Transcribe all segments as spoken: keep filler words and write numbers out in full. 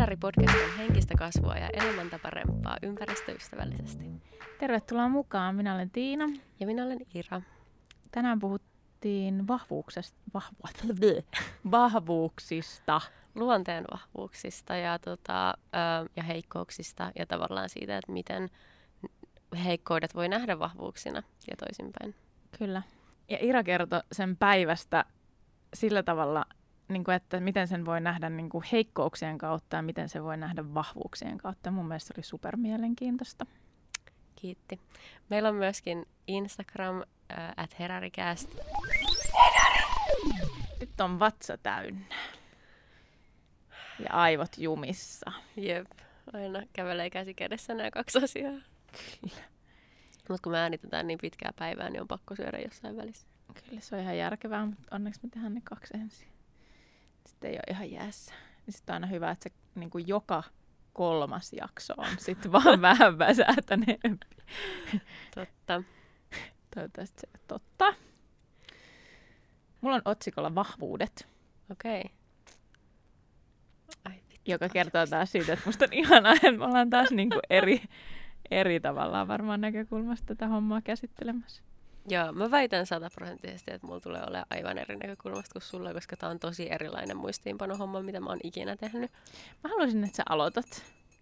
Herari-podcast on henkistä kasvua ja elämäntaparempaa ympäristöystävällisesti. Tervetuloa mukaan. Minä olen Tiina. Ja minä olen Ira. Tänään puhuttiin vahvuuksesta, vahvu, vahvuuksista. Luonteen vahvuuksista ja, tota, ja heikkouksista ja tavallaan siitä, että miten heikkoudet voi nähdä vahvuuksina ja toisinpäin. Kyllä. Ja Ira kertoi sen päivästä sillä tavalla, niin kuin, että miten sen voi nähdä niin kuin heikkouksien kautta ja miten se voi nähdä vahvuuksien kautta. Mun mielestä se oli super mielenkiintoista. Kiitti. Meillä on myöskin Instagram äh, at heraricast. Herari. Nyt on vatsa täynnä. Ja aivot jumissa. Jep. Aina kävelee käsi kädessä nämä kaksi asiaa. Kyllä. Mutta kun me äänitetään niin pitkää päivää, niin on pakko syödä jossain välissä. Kyllä se on ihan järkevää, mutta onneksi me tehdään ne kaksi ensin. Sitten ei ole ihan jäässä. Sitten on aina hyvä, että se niin kuin joka kolmas jakso on sitten vaan vähän väsähtäneempi. Totta. Toivottavasti se on totta. Mulla on otsikolla vahvuudet. Okei. Okay. Ai vittu. Joka kertoo taas siitä, että musta on ihanaa, että me ollaan taas niin kuin eri, eri tavallaan varmaan näkökulmasta tätä hommaa käsittelemässä. Joo, mä väitän sataprosenttisesti, että mulla tulee olemaan aivan eri näkökulmasta kuin sulla, koska tää on tosi erilainen muistiinpanohomma, mitä mä oon ikinä tehnyt. Mä haluaisin, että sä aloitat.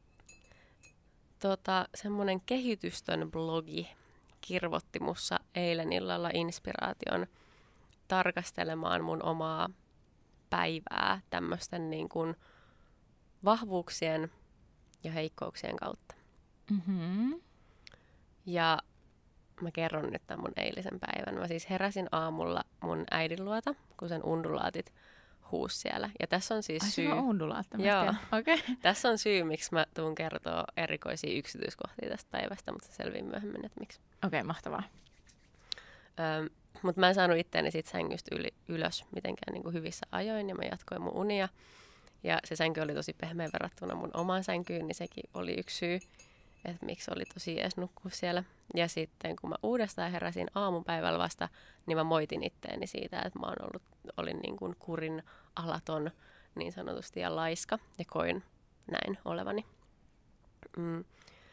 Tota, semmonen kehitystön blogi kirvotti mussa eilen illalla inspiraation tarkastelemaan mun omaa päivää tämmöisten niin kuin vahvuuksien ja heikkouksien kautta. Mm-hmm. Ja mä kerron nyt tämän mun eilisen päivän. Mä siis heräsin aamulla mun äidin luota, kun sen undulaatit huusi siellä. Ja tässä on siis Ai, syy... Ai, on undulaatti. Joo. Okay. Tässä on syy, miksi mä tuun kertoa erikoisia yksityiskohtia tästä päivästä, mutta se selvii myöhemmin, että miksi. Okei, okay, mahtavaa. Öm, mutta mä en saanut itteeni siitä sängystä yli, ylös mitenkään niin kuin hyvissä ajoin, ja mä jatkoin mun unia. Ja se sänky oli tosi pehmeä verrattuna mun omaan sänkyyn, niin sekin oli yksi syy, että miksi oli tosi jees nukkua siellä. Ja sitten kun mä uudestaan heräsin aamupäivällä vasta, niin mä moitin itteeni siitä, että mä oon ollut, olin niin kuin kurin alaton niin sanotusti ja laiska ja koin näin olevani. Mm.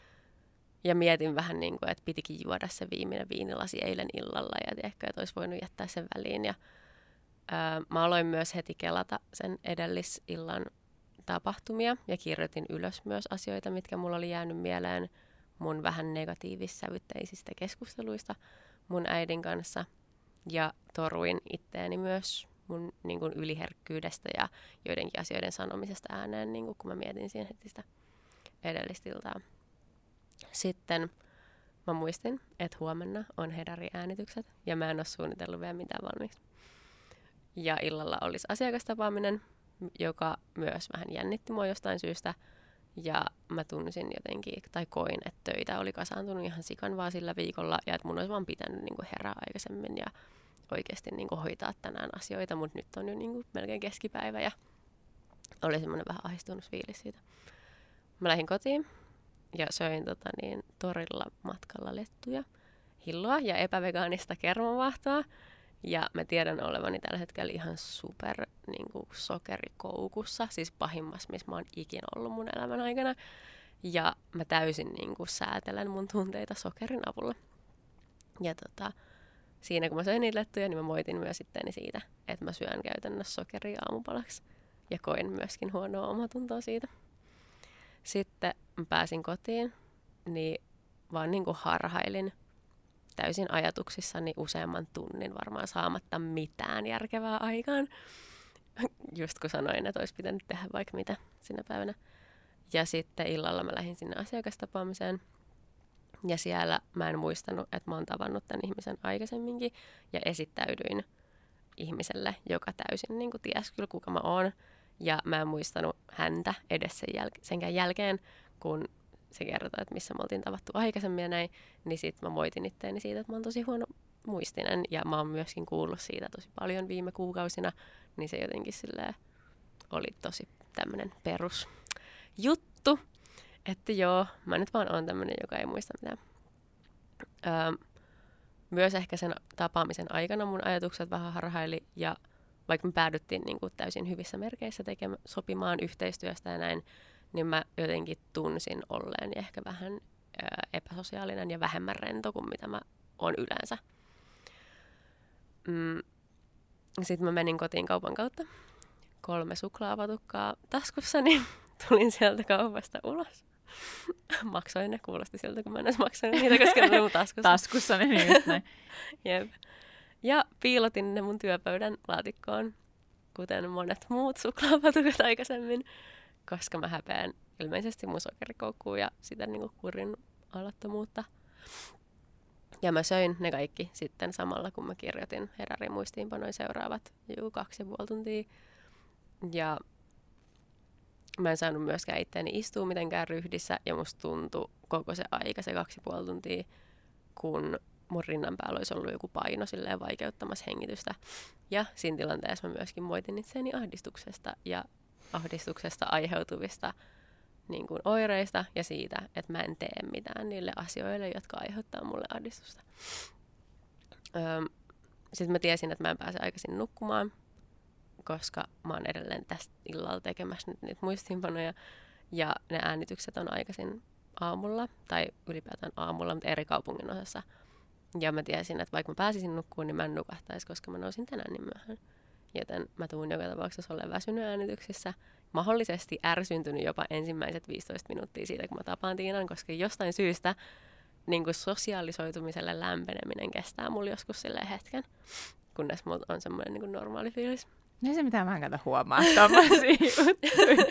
Ja mietin vähän niin kuin, että pitikin juoda se viimeinen viinilasi eilen illalla ja ehkä, että olisi voinut jättää sen väliin. Ja, ää, mä aloin myös heti kelata sen edellisillan tapahtumia ja kirjoitin ylös myös asioita, mitkä mulla oli jäänyt mieleen mun vähän negatiivissävytteisistä keskusteluista mun äidin kanssa. Ja toruin itteeni myös mun niin kuin yliherkkyydestä ja joidenkin asioiden sanomisesta ääneen, niin kuin, kun mä mietin siihen heti sitä edellistä iltaa. Sitten mä muistin, että huomenna on Hedari-äänitykset ja mä en ole suunnitellut vielä mitään valmiiksi. Ja illalla olisi asiakastapaaminen, joka myös vähän jännitti mua jostain syystä. Ja mä tunsin jotenkin, tai koin, että töitä oli kasaantunut ihan sikan vaan sillä viikolla. Ja että mun olisi vaan pitänyt niin kuin herää aikaisemmin ja oikeasti niin kuin hoitaa tänään asioita. Mutta nyt on jo niin kuin melkein keskipäivä ja oli semmoinen vähän ahdistunut fiilis siitä. Mä lähdin kotiin ja söin tota niin, torilla matkalla lettuja, hilloa ja epävegaanista kermavaahtoa. Ja mä tiedän olevani tällä hetkellä ihan super niin kuin sokerikoukussa, siis pahimmassa, missä mä oon ikinä ollut mun elämän aikana. Ja mä täysin niin kuin säätelen mun tunteita sokerin avulla. Ja tota, siinä kun mä söin niitä lettuja, niin mä moitin myös itteeni siitä, että mä syön käytännössä sokeria aamupalaksi. Ja koin myöskin huonoa omatuntoa siitä. Sitten mä pääsin kotiin, niin vaan niin kuin harhailin täysin ajatuksissani useamman tunnin varmaan saamatta mitään järkevää aikaan. Just kun sanoin, että olisi pitänyt tehdä vaikka mitä sinä päivänä. Ja sitten illalla mä lähdin sinne asiakastapaamiseen. Ja siellä mä en muistanut, että mä oon tavannut tämän ihmisen aikaisemminkin. Ja esittäydyin ihmiselle, joka täysin niin kuin ties kyllä kuka mä oon. Ja mä en muistanut häntä edes sen jäl- senkään jälkeen, kun se kertoo, että missä me oltiin tavattu aikaisemmin ja näin, niin sit mä moitin itteeni siitä, että mä oon tosi huono muistinen ja mä oon myöskin kuullut siitä tosi paljon viime kuukausina, niin se jotenkin silleen oli tosi tämmönen perusjuttu, että joo, mä nyt vaan oon tämmönen, joka ei muista mitään. Öö, myös ehkä sen tapaamisen aikana mun ajatukset vähän harhaili ja vaikka me päädyttiin niin kuin täysin hyvissä merkeissä tekemään, sopimaan yhteistyöstä ja näin, niin mä jotenkin tunsin olleeni ehkä vähän ö, epäsosiaalinen ja vähemmän rento kuin mitä mä oon yleensä. Mm. Sitten mä menin kotiin kaupan kautta. Kolme suklaavatukkaa taskussani. Tulin sieltä kaupasta ulos. Maksoin ne. Kuulosti siltä, kun mä en edes maksanut niitä, koska ne oli mun taskussa. Taskussani, niin just näin. Jep. Ja piilotin ne mun työpöydän laatikkoon, kuten monet muut suklaapatukat aikaisemmin, koska mä häpeän ilmeisesti mun sokerikoukkuun ja sitä niin kuin kurin alattomuutta. Ja mä söin ne kaikki sitten samalla, kun mä kirjoitin Herärin muistiinpanoin seuraavat juu, kaksi ja puoli tuntia. Ja mä en saanut myöskään itseäni istua mitenkään ryhdissä, ja musta tuntui koko se aika, se kaksi ja puoli tuntia, kun mun rinnan päällä olisi ollut joku paino silleen vaikeuttamassa hengitystä. Ja siinä tilanteessa mä myöskin moitin itseäni ahdistuksesta ja ahdistuksesta aiheutuvista niin kuin oireista ja siitä, että mä en tee mitään niille asioille, jotka aiheuttaa mulle ahdistusta. Öö, Sitten mä tiesin, että mä en pääse aikaisin nukkumaan, koska mä oon edelleen tästä illalla tekemässä nyt niitä muistiinpanoja. Ja ne äänitykset on aikaisin aamulla, tai ylipäätään aamulla, mutta eri kaupungin osassa. Ja mä tiesin, että vaikka mä pääsisin nukkuun, niin mä en nukahtaisi, koska mä nousin tänään niin myöhään. Joten mä tuun joka tapauksessa olemaan väsynyt äänityksissä. Mahdollisesti ärsyntynyt jopa ensimmäiset viisitoista minuuttia siitä, kun mä tapaan Tiinan, koska jostain syystä niin kuin sosiaalisoitumiselle lämpeneminen kestää mulla joskus silleen hetken, kunnes mulla on semmoinen niin kuin normaali fiilis. Ei se mitään, mä en kato huomaa tommosia juttuja.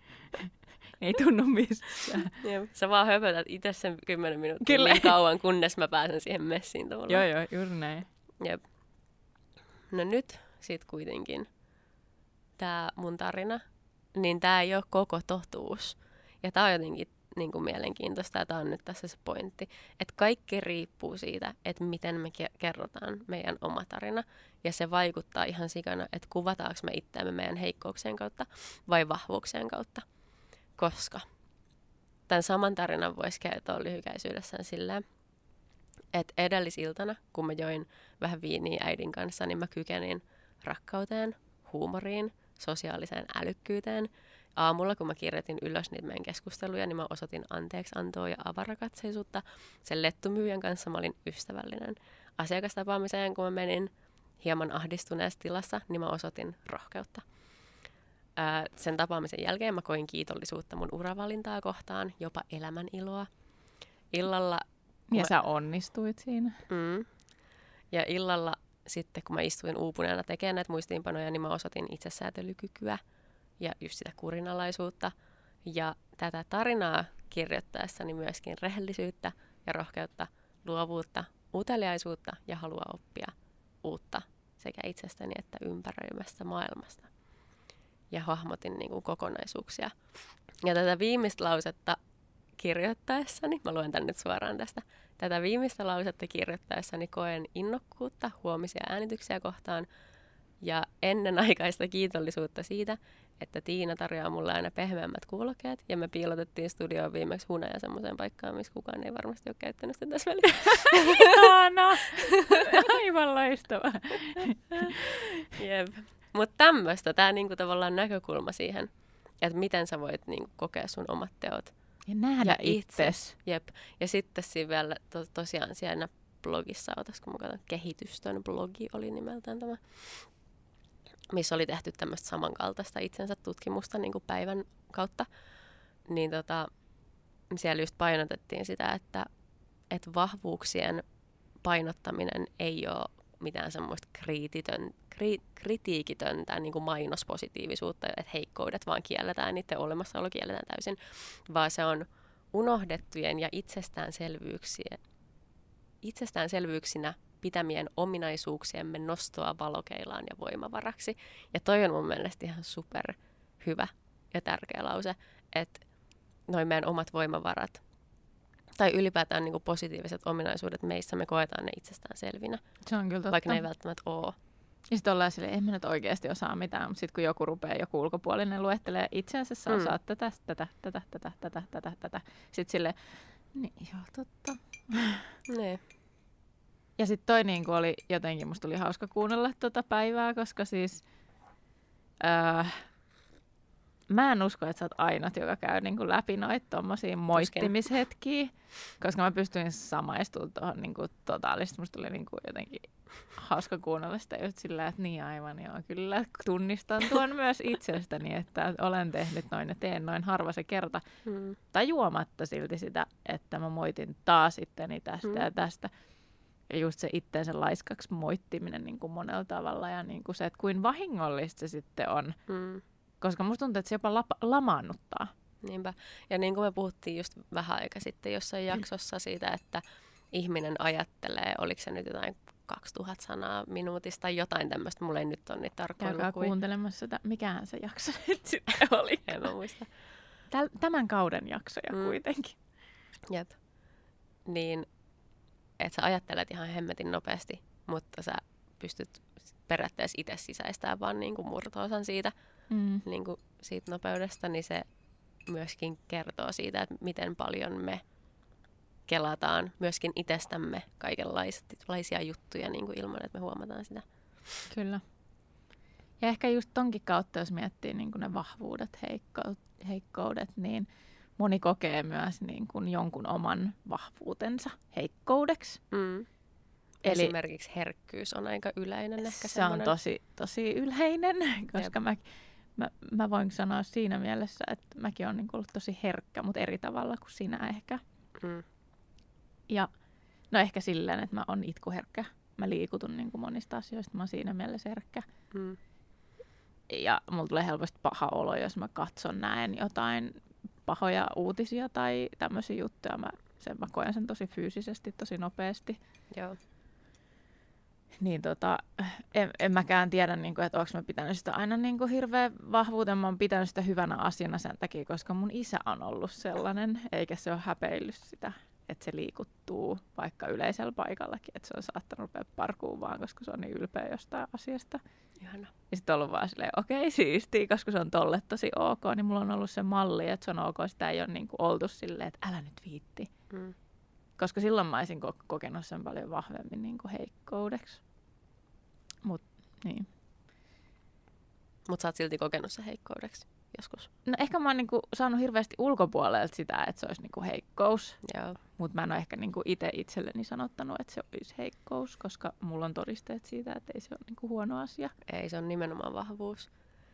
Ei tunnu missään. Jep. Sä vaan höpötät itse sen kymmenen minuuttia niin kauan, kunnes mä pääsen siihen messiin tavallaan. Joo, joo, juuri näin. Jep. No nyt sit kuitenkin tää mun tarina, niin tää ei ole koko totuus. Ja tää on jotenkin niin kuin mielenkiintoista, ja tää on nyt tässä se pointti, että kaikki riippuu siitä, että miten me kerrotaan meidän oma tarina, ja se vaikuttaa ihan sikana, että kuvataanko me itseämme meidän heikkouksien kautta vai vahvuuksien kautta. Koska tämän saman tarinan voisi kertoa lyhykäisyydessään silleen, että edellisiltana, kun mä join vähän viiniä äidin kanssa, niin mä kykenin rakkauteen, huumoriin, sosiaaliseen älykkyyteen. Aamulla, kun mä kirjoitin ylös niitä meidän keskusteluja, niin mä osoitin anteeksiantoa ja avarakatseisuutta. Sen lettumyyjän kanssa mä olin ystävällinen. Asiakastapaamiseen, kun mä menin hieman ahdistuneessa tilassa, niin mä osoitin rohkeutta. Ää, sen tapaamisen jälkeen mä koin kiitollisuutta mun uravalintaa kohtaan, jopa elämän iloa. Illalla... Ja mä... sä onnistuit siinä. Mm. Ja illalla sitten, kun mä istuin uupuneena tekemään näitä muistiinpanoja, niin mä osoitin itsesäätelykykyä ja just sitä kurinalaisuutta. Ja tätä tarinaa kirjoittaessani myöskin rehellisyyttä ja rohkeutta, luovuutta, uteliaisuutta ja halua oppia uutta sekä itsestäni että ympäröimästä maailmasta. Ja hahmotin niin kuin kokonaisuuksia. Ja tätä viimeistä lausetta kirjoittaessani, mä luen tän nyt suoraan tästä, tätä viimeistä lausetta kirjoittaessani koen innokkuutta huomisia äänityksiä kohtaan ja ennenaikaista kiitollisuutta siitä, että Tiina tarjoaa mulle aina pehmeämmät kuulokkeet ja me piilotettiin studioon viimeksi hunaja semmoiseen paikkaan, missä kukaan ei varmasti ole käyttänyt sitä tässä välissä. Ihana! Aivan loistavaa. Jep. Mutta tämmöistä, tämä niinku tavallaan näkökulma siihen, että miten sä voit niinku kokea sun omat teot. Ja nähdä ja itses. Jep. Ja sitten siinä vielä to, tosiaan siellä blogissa, otas kun mä katson, Kehitystön blogi oli nimeltään tämä, missä oli tehty tämmöistä samankaltaista itsensä tutkimusta niin kuin päivän kautta. Niin tota, siellä just painotettiin sitä, että, että vahvuuksien painottaminen ei ole mitään semmoista kriititön, kri, kritiikitöntä niin kuin mainospositiivisuutta, että heikkoudet vaan kielletään, niiden olemassaolo kielletään täysin, vaan se on unohdettujen ja itsestäänselvyyksiä, itsestäänselvyyksinä pitämien ominaisuuksiemme nostoa valokeilaan ja voimavaraksi. Ja toi on mun mielestä ihan super hyvä ja tärkeä lause, että noin meidän omat voimavarat tai ylipäätään niin kuin positiiviset ominaisuudet meissä, me koetaan ne itsestään selvinä. Se on kyllä totta. Vaikka ne ei välttämättä ole. Ja sitten ollaan silleen, en mä nyt oikeasti osaa mitään, mutta sitten kun joku rupeaa, joku ulkopuolinen luettelee, itse asiassa mm. osaa tätä, tätä, tätä, tätä, tätä, tätä, tätä. Sitten silleen, niin joo, totta. Ne. Ja sitten toi niinku oli jotenkin, musta tuli hauska kuunnella tota päivää, koska siis äh, mä en usko, että sä oot ainut, joka käy niin kuin läpi noita tommosia moittimishetkiä, koska mä pystyin samaistumaan tuohon niin kuin totaalisesti. Musta tuli niin kuin jotenkin hauska kuunnella sitä just sillä, että niin aivan joo, kyllä tunnistan tuon myös itsestäni, että olen tehnyt noin ja teen noin harva se kerta. Hmm. Tajuamatta silti sitä, että mä moitin taas itteni tästä hmm. ja tästä. Ja just se itteensä laiskaksi moittiminen niin kuin monella tavalla ja niin kuin se, että kuin vahingollista se sitten on. Hmm. Koska musta tuntuu, että se jopa lapa- lamaannuttaa. Niinpä. Ja niin kuin me puhuttiin just vähän aika sitten jossain jaksossa siitä, että ihminen ajattelee, oliko se nyt jotain kaksituhatta sanaa minuutista tai jotain tämmöistä. Mulla ei nyt ole niitä tarkkoja lukuja. Käykää kuuntelemassa sitä. Mikähän se jakso nyt sitten oli? En mä muista. Tämän kauden jaksoja mm. kuitenkin. Jep. Niin, että sä ajattelet ihan hemmetin nopeasti, mutta sä pystyt periaatteessa itse sisäistämään vaan niin kuin murto-osan siitä, mm. niin kuin siitä nopeudesta, niin se myöskin kertoo siitä, että miten paljon me kelataan myöskin itsestämme kaikenlaisia juttuja niin kuin ilman, että me huomataan sitä. Kyllä. Ja ehkä just tonkin kautta, jos miettii niin kuin ne vahvuudet, heikko- heikkoudet, niin moni kokee myös niin kuin jonkun oman vahvuutensa heikkoudeksi. Mm. Eli esimerkiksi herkkyys on aika yleinen ehkä se semmoinen. On tosi, tosi yleinen, koska mä, mä, mä voin sanoa siinä mielessä, että mäkin olen niin kuin ollut tosi herkkä, mutta eri tavalla kuin sinä ehkä. Mm. Ja no ehkä silleen, että mä oon itkuherkkä. Mä liikutun niin kuin monista asioista, mä oon siinä mielessä herkkä. Mm. Ja mulla tulee helposti paha olo, jos mä katson näen jotain pahoja uutisia tai tämmöisiä juttuja. Mä, sen, mä koen sen tosi fyysisesti, tosi nopeasti. Joo. Niin tota, en, en mäkään tiedä, niin kuin, että onko mä pitänyt sitä aina niin kuin hirveän vahvuuten. Mä oon pitänyt sitä hyvänä asiana sen takia, koska mun isä on ollut sellainen, eikä se ole häpeillyt sitä, että se liikuttuu vaikka yleisellä paikallakin, että se on saattanut rupea parkuun vaan, koska se on niin ylpeä jostain asiasta. Ihana. Ja sitten on ollut vaan silleen, okei, okay, siistiä, koska se on tolle tosi ok, niin mulla on ollut se malli, että se on ok, sitä ei ole niin kuin oltu silleen, että älä nyt viitti. Mm. Koska silloin mä olisin kokenut sen paljon vahvemmin niin kuin heikkoudeksi. Mut, niin. Mut sä oot silti kokenut sen heikkoudeksi joskus? No ehkä mä oon niinku saanut hirveästi ulkopuolelta sitä, että se olisi niinku heikkous. Joo. Mut mä en ole ehkä niinku itse itselleni sanottanut, että se olisi heikkous, koska mulla on todisteet siitä, että ei se ole niinku huono asia. Ei, se on nimenomaan vahvuus.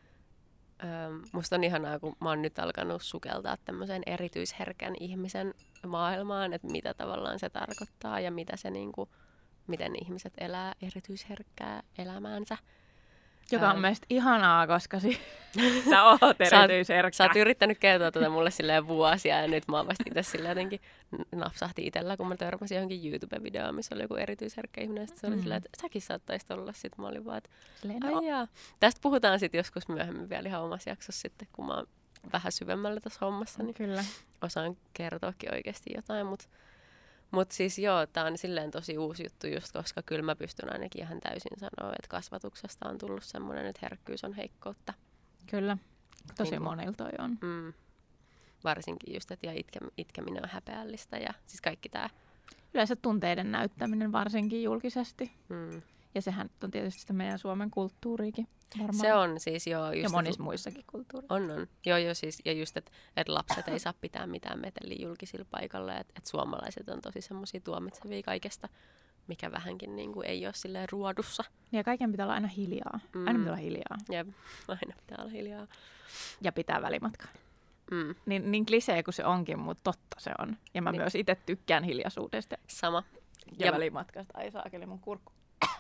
Öm, musta on ihanaa, kun mä oon nyt alkanut sukeltaa tämmöiseen erityisherkän ihmisen maailmaan, että mitä tavallaan se tarkoittaa ja mitä se niinku, miten ihmiset elää erityisherkkää elämäänsä. Joka on mielestäni ihanaa, koska si- sä oot erityisherkkä. Sä oot yrittänyt kertoa tätä mulle silleen vuosia ja nyt mä oon vasta itse silleen jotenkin napsahti itsellä, kun mä törmäsin johonkin YouTube-videoon, missä oli joku erityisherkkä ihminen. Sitten se oli mm. silleen, että säkin saattaisit olla. Sitten mä olin vaan, että ai jaa. Tästä puhutaan sitten joskus myöhemmin vielä ihan omassa jaksossa sitten, kun mä oon vähän syvemmällä tässä hommassa. Niin Kyllä. Osaan kertoakin oikeasti jotain, mutta Mutta siis joo, tää on silleen tosi uusi juttu just, koska kyllä mä pystyn ainakin ihan täysin sanoa, että kasvatuksesta on tullut semmoinen, että herkkyys on heikkoutta. Kyllä, tosi niin monilla toi on. Mm, varsinkin just, että ja itke, itkeminen on häpeällistä ja siis kaikki tää. Yleensä tunteiden näyttäminen varsinkin julkisesti. Mm. Ja sehän on tietysti sitä meidän Suomen kulttuuriikin varmaan. Se on siis joo. Just ja monissa muissakin kulttuureissa. On, on. Joo, joo siis. Ja just, että et lapset ei saa pitää mitään meteliä julkisilla paikalla. Että et suomalaiset on tosi semmoisia tuomitsevia kaikesta, mikä vähänkin niin kuin ei ole silleen ruodussa. Ja kaiken pitää olla aina hiljaa. Mm. Aina pitää olla hiljaa. Jep, aina pitää olla hiljaa. Ja pitää välimatkaa. Mm. Niin, niin klisee kuin se onkin, mutta totta se on. Ja mä niin. myös itse tykkään hiljaisuudesta. Sama. Ja, ja välimatkasta. Ai saakeli mun kurkku.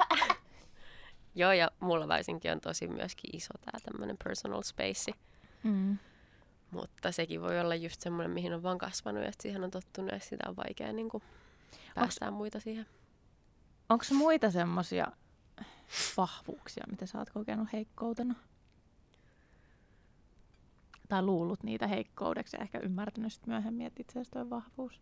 Joo, ja mulla varsinkin on tosi myöskin iso tää tämmönen personal space. Mm. Mutta sekin voi olla just semmoinen, mihin on vaan kasvanut ja siihen on tottunut ja sitä on vaikea niin kuin päästää onks, muita siihen. Onko muita semmoisia vahvuuksia, mitä sä oot kokenut heikkoutena? Tai luullut niitä heikkoudeksi ja ehkä ymmärtänyt sit myöhemmin, että itse asiassa toi vahvuus?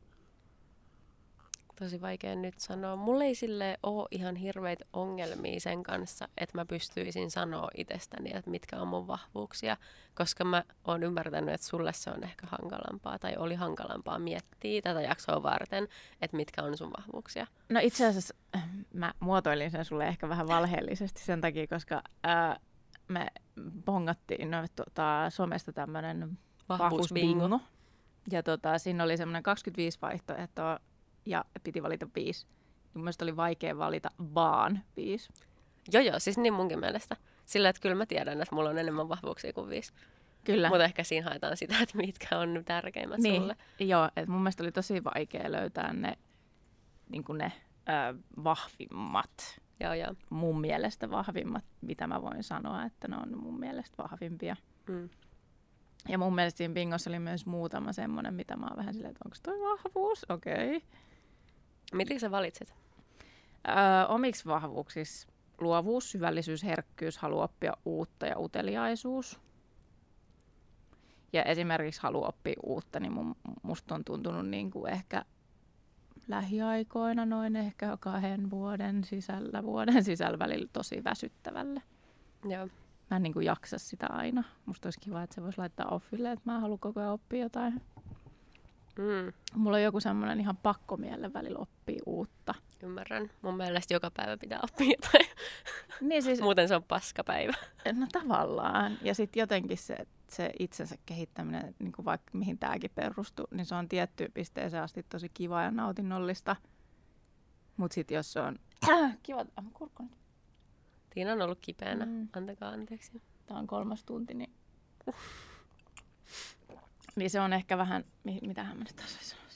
Tosi vaikea nyt sanoa. Mulla ei sille ole ihan hirveitä ongelmia sen kanssa, että mä pystyisin sanoa itsestäni, että mitkä on mun vahvuuksia, koska mä oon ymmärtänyt, että sulle se on ehkä hankalampaa tai oli hankalampaa miettiä tätä jaksoa varten, että mitkä on sun vahvuuksia. No itse asiassa mä muotoilin sen sulle ehkä vähän valheellisesti sen takia, koska ää, me bongattiin no, tota, somesta tämmöinen Vahvuusbingo. vahvuusbingo. Ja tota, siinä oli semmoinen kaksikymmentäviisi vaihtoehtoa ja piti valita viisi. Mun mielestä oli vaikea valita vaan viisi. Joo, joo, siis niin munkin mielestä. Sillä, että kyllä mä tiedän, että mulla on enemmän vahvuuksia kuin viisi. Kyllä. Mutta ehkä siinä haetaan sitä, että mitkä on tärkeimmät niin, sulle. Joo, että mun mielestä oli tosi vaikea löytää ne, niin kuin ne ö, vahvimmat. Joo, joo. Mun mielestä vahvimmat, mitä mä voin sanoa, että ne on mun mielestä vahvimpia. Mm. Ja mun mielestä siinä bingossa oli myös muutama semmoinen, mitä mä oon vähän silleen, että onko toi vahvuus? Okei. Okay. Miten sä valitsit? Öö, omiksi vahvuuksissa luovuus, syvällisyys, herkkyys, halu oppia uutta ja uteliaisuus. Ja esimerkiksi halu oppia uutta, niin mun, musta on tuntunut niin kuin ehkä lähiaikoina, noin ehkä kahden vuoden sisällä, vuoden sisällä välillä tosi väsyttävälle. Joo. Mä en niin kuin jaksa sitä aina. Musta olisi kiva, että se voisi laittaa offille, että mä haluan koko ajan oppia jotain. Mm. Mulla on joku semmoinen ihan pakkomielle välillä oppia uutta. Ymmärrän. Mun mielestä joka päivä pitää oppia jotain. Niin siis, Muuten se on paskapäivä. no tavallaan. Ja sitten jotenkin se, se itsensä kehittäminen, niin kuin vaikka mihin tämäkin perustuu, niin se on tiettyyn pisteeseen asti tosi kiva ja nautinnollista. Mutta sitten jos se on... kiva, ah, kurkku nyt. Tiina on ollut kipeänä. Mm. Antakaa anteeksi. Tää on kolmas tunti, niin... niin se on ehkä vähän... Mitähän mä nyt taas sanoisin?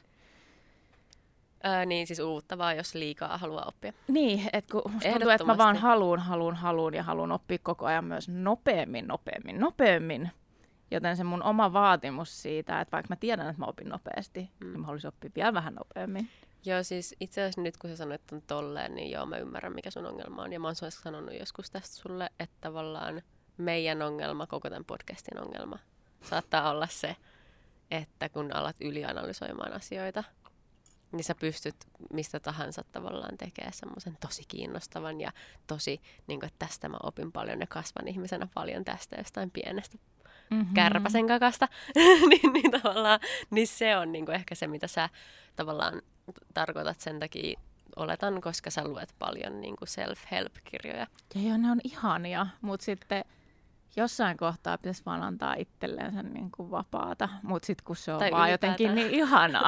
Öö, niin, siis uutta vaan, jos liikaa haluaa oppia. Niin, että kun musta tuntuu, että mä vaan haluun, haluun, haluun ja haluun oppia koko ajan myös nopeammin, nopeammin, nopeammin. Joten se mun oma vaatimus siitä, että vaikka mä tiedän, että mä opin nopeasti, mm. niin mä haluaisin oppia vielä vähän nopeammin. Joo, siis itse asiassa nyt kun sä sanoit ton tolleen, niin joo, mä ymmärrän mikä sun ongelma on. Ja mä oon sanonut joskus tästä sulle, että tavallaan meidän ongelma, koko tämän podcastin ongelma, saattaa olla se, että kun alat ylianalysoimaan asioita, niin sä pystyt mistä tahansa tavallaan tekemään semmoisen tosi kiinnostavan ja tosi, niin kuin, että tästä mä opin paljon ja kasvan ihmisenä paljon tästä jostain pienestä mm-hmm. kärpäsen kakasta. niin, niin tavallaan, niin se on niin kuin ehkä se, mitä sä tavallaan tarkoitat sen takia, oletan, koska sä luet paljon niin kuin self-help-kirjoja. Ja joo, ne on ihania, mutta sitten jossain kohtaa pitäisi vaan antaa itselleensä niin kuin vapaata, mutta sitten kun se on tai vaan jotenkin niin ihanaa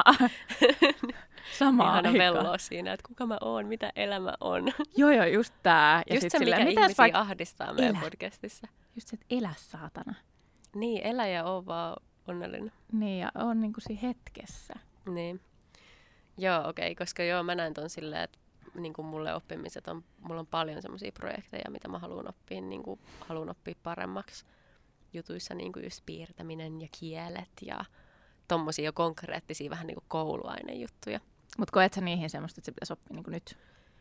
samaan aikaan. Ihana velloa siinä, että kuka mä oon, mitä elämä on. Joo, joo, just tää. Ja just sit se, silleen, mikä ihmisiä vaik- ahdistaa meidän elä. podcastissa. Just se, että elä saatana. Niin, elä ja oo vaan onnellinen. Niin, ja on niin kuin siinä hetkessä. Niin. Joo, okei, okay, koska joo, mä näen ton silleen, että niin kuin mulle oppimiset on, mulla on paljon semmoisia projekteja, mitä mä haluan oppia, niin kuin haluan oppia paremmaksi jutuissa, niin kuin just piirtäminen ja kielet ja tommosia jo konkreettisia vähän niin kuin kouluainejuttuja. Mutta koet sä niihin semmoista, että se pitäisi oppia niin kuin nyt?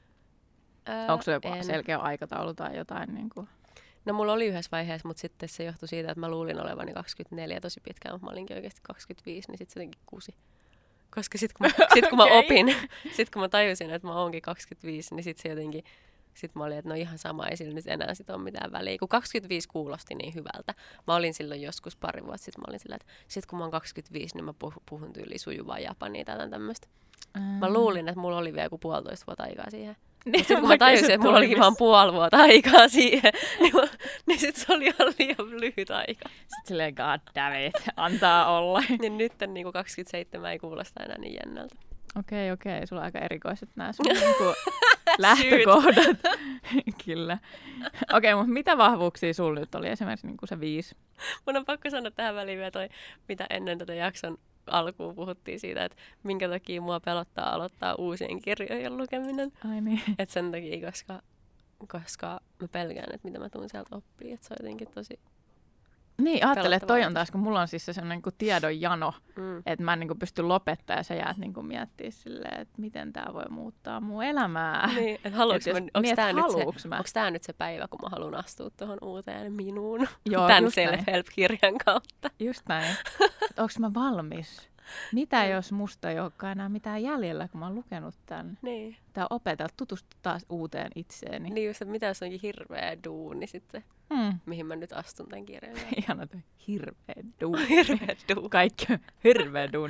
Öö, Onko sulla joku en. selkeä aikataulu tai jotain? Niin kuin? No mulla oli yhdessä vaiheessa, mutta sitten se johtui siitä, että mä luulin olevani kaksikymmentäneljä tosi pitkään, mutta mä olinkin oikeasti kaksikymmentäviisi, niin sitten se jotenkin kuusi. Koska sitten kun, mä, sit, kun okay. mä opin, sitten kun mä tajusin, että mä oonkin kaksikymmentäviisi, niin sitten se jotenkin, sit mä olin, että no ihan sama, ei sillä nyt enää sit ole mitään väliä. Kun kaksikymmentäviisi kuulosti niin hyvältä. Mä olin silloin joskus pari vuotta sitten, mä olin sillä, että sit kun mä oon kaksikymmentäviisi, niin mä puhun tyyliin sujuvaa japania tai jotain tämmöistä. Mm. Mä luulin, että mulla oli vielä joku puolitoista vuotta aikaa siihen. Niin, sitten kun mä tajusin, että mulla olikin vaan puoli vuotta aikaa siihen, niin, mä, niin sit se oli ihan liian lyhyt aika. Sitten silleen, god damn it, antaa olla. Ja nyt niin kaksikymmentäseitsemän ei kuulosta enää niin jännältä. Okei, okay, okei. Okay. Sulla on aika erikoiset nämä sun niinku lähtökohdat. Kyllä. Okei, okay, mutta mitä vahvuuksia sulla nyt oli esimerkiksi niin kuin se viisi? Mun on pakko sanoa tähän väliin vielä toi, mitä ennen tätä jakson alkuun puhuttiin siitä, että minkä takia mua pelottaa aloittaa uusien kirjojen lukeminen. Ai niin. Et sen takia, koska, koska mä pelkään, että mitä mä tuun sieltä oppii. Että se on jotenkin tosi niin, ajattele, että toi on taas, kun mulla on siis se sellainen niin tiedon jano, mm. että mä en niin kuin pysty lopettamaan ja sä jäät niin kuin miettimään silleen, että miten tää voi muuttaa mun elämää. Niin, että haluuks mä, onks tää, nyt se, onks tää nyt se päivä, kun mä haluan astua tuohon uuteen minuun tämän self-help-kirjan kautta. Just näin. Onks mä valmis? Mitä jos musta ei olekaan enää mitään jäljellä, kun mä oon lukenut tän? Niin. Tää opetella, tutustu taas uuteen itseeni. Niin just, että mitä jos onkin hirveä duuni sitten, hmm. mihin mä nyt astun tämän kirjan. Ihana toi hirveä duuni. Hirveä duuni. Kaikki on hirveä duuni.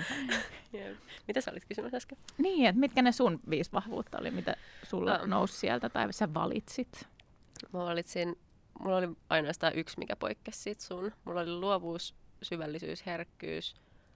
Mitä sä olit kysymässä äsken? Niin, että mitkä ne sun viisi vahvuutta oli, mitä sulla oh. nousi sieltä tai sä valitsit? Mä valitsin mulla oli ainoastaan yksi, mikä poikkesi siitä sun. Mulla oli luovuus, syvällisyys, herkkyys,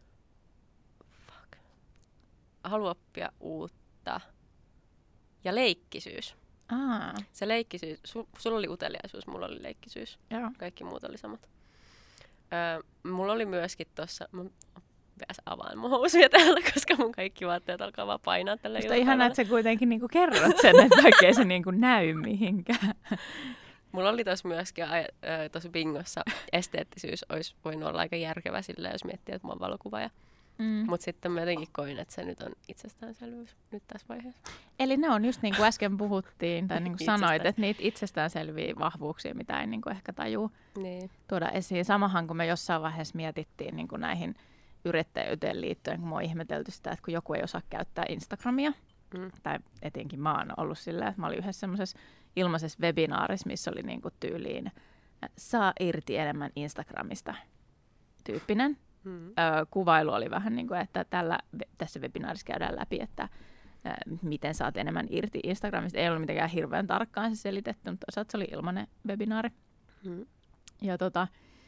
fuck. halu oppia uutta ja leikkisyys. Aa. Se leikkisyys, su, sulla oli uteliaisuus, mulla oli leikkisyys. Joo. Kaikki muut oli samat. Öö, mulla oli myöskin tossa, mä pääs avaan mun housuja täällä, koska mun kaikki vaatteet alkaa vaan painaa tällä iltapäivällä. Musta ihanaa, että sä kuitenkin niinku kerrot sen, että vaikka se niinku näy mihinkään. Mulla oli tossa myöskin äh, tossa bingossa esteettisyys olisi voinut olla aika järkevä sillä, jos miettii, että mä oon valokuvaaja. Mm. Mutta sitten mä jotenkin koin, että se nyt on itsestäänselvyys nyt tässä vaiheessa. Eli ne on just niin kuin äsken puhuttiin, tai niin kuin sanoit, että niitä itsestäänselviä vahvuuksia, mitä ei niin kuin ehkä tajua niin. tuoda esiin. Samahan kuin me jossain vaiheessa mietittiin niin kuin näihin yrittäjyyteen liittyen, kun mä oon ihmetelty sitä, että kun joku ei osaa käyttää Instagramia, mm. tai etenkin mä oon ollut sillä, että mä olin yhdessä semmoisessa ilmaisessa webinaarissa, missä oli niin kuin tyyliin saa irti enemmän Instagramista tyyppinen. Hmm. Ö, kuvailu oli vähän niin kuin, että tällä, tässä webinaarissa käydään läpi, että ä, miten saat enemmän irti Instagramista. Ei ollut mitenkään hirveän tarkkaan se selitetty, mutta toisaalta se oli ilmainen webinaari. Hmm. Ja tota,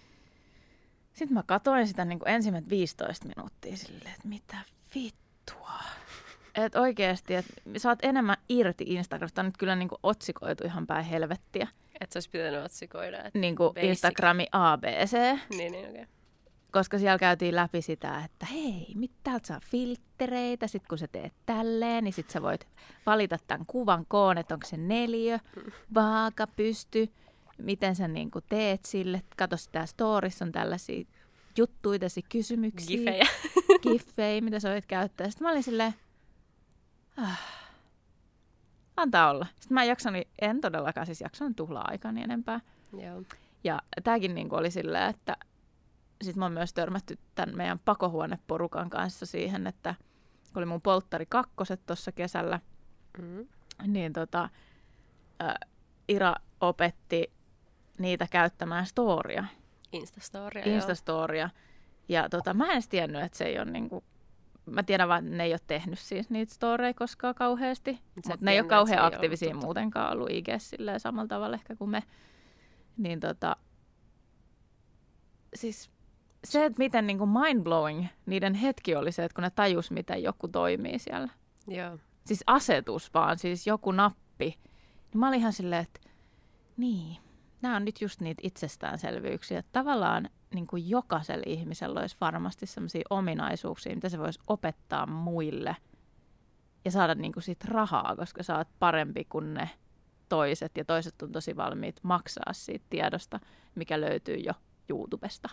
sitten mä katsoin sitä niin kuin ensimmäiset viisitoista minuuttia silleen, että mitä vittua. Että oikeasti, että saat enemmän irti Instagramista. Tämä on nyt kyllä niin kuin otsikoitu ihan päin helvettiä. Että se olisi pitänyt otsikoida. Että niin kuin Instagrami A B C. Niin, niin, okei. Okay. Koska siellä käytiin läpi sitä, että hei, mit, täältä saa filttereitä, sitten kun sä teet tälleen, niin sitten sä voit valita tämän kuvan koon, että onko se neliö, vaaka, pysty, miten sä niin kuin teet sille. Kato, sitä storissa on tällaisia juttuja, tällaisia kysymyksiä. Giffejä. Giffejä, mitä sä voit käyttää. Sitten mä olin silleen, ah, antaa olla. Sitten mä en jaksanut, en todellakaan siis jaksanut tuhlaa aikani enempää. Joo. Ja tääkin niin kuin oli silleen, että sitten mä oon myös törmätty tämän meidän pakohuoneporukan kanssa siihen, että kun oli mun polttari kakkoset tuossa kesällä, mm. niin tota, ä, Ira opetti niitä käyttämään storia. Instastoria, Instastoria. Ja tota, mä en edes tiennyt, että se ei ole niinku, mä tiedän vaan, että ne ei ole tehnyt siis niitä storeja koskaan kauheasti. Mutta ne ei ole kauhean aktiivisia ollut, muutenkaan ollut I G:ssä silleen samalla tavalla ehkä kuin me. Niin tota, siis se, että miten niin kuin mind-blowing niiden hetki oli se, että kun ne tajus, miten joku toimii siellä. Joo. Siis asetus vaan, siis joku nappi. Niin mä olin ihan silleen, että niin, nämä on nyt just niitä itsestäänselvyyksiä. Että tavallaan niin kuin jokaisella ihmisellä olisi varmasti sellaisia ominaisuuksia, mitä se voisi opettaa muille. Ja saada niin kuin siitä rahaa, koska sä oot parempi kuin ne toiset. Ja toiset on tosi valmiit maksaa siitä tiedosta, mikä löytyy jo YouTubesta.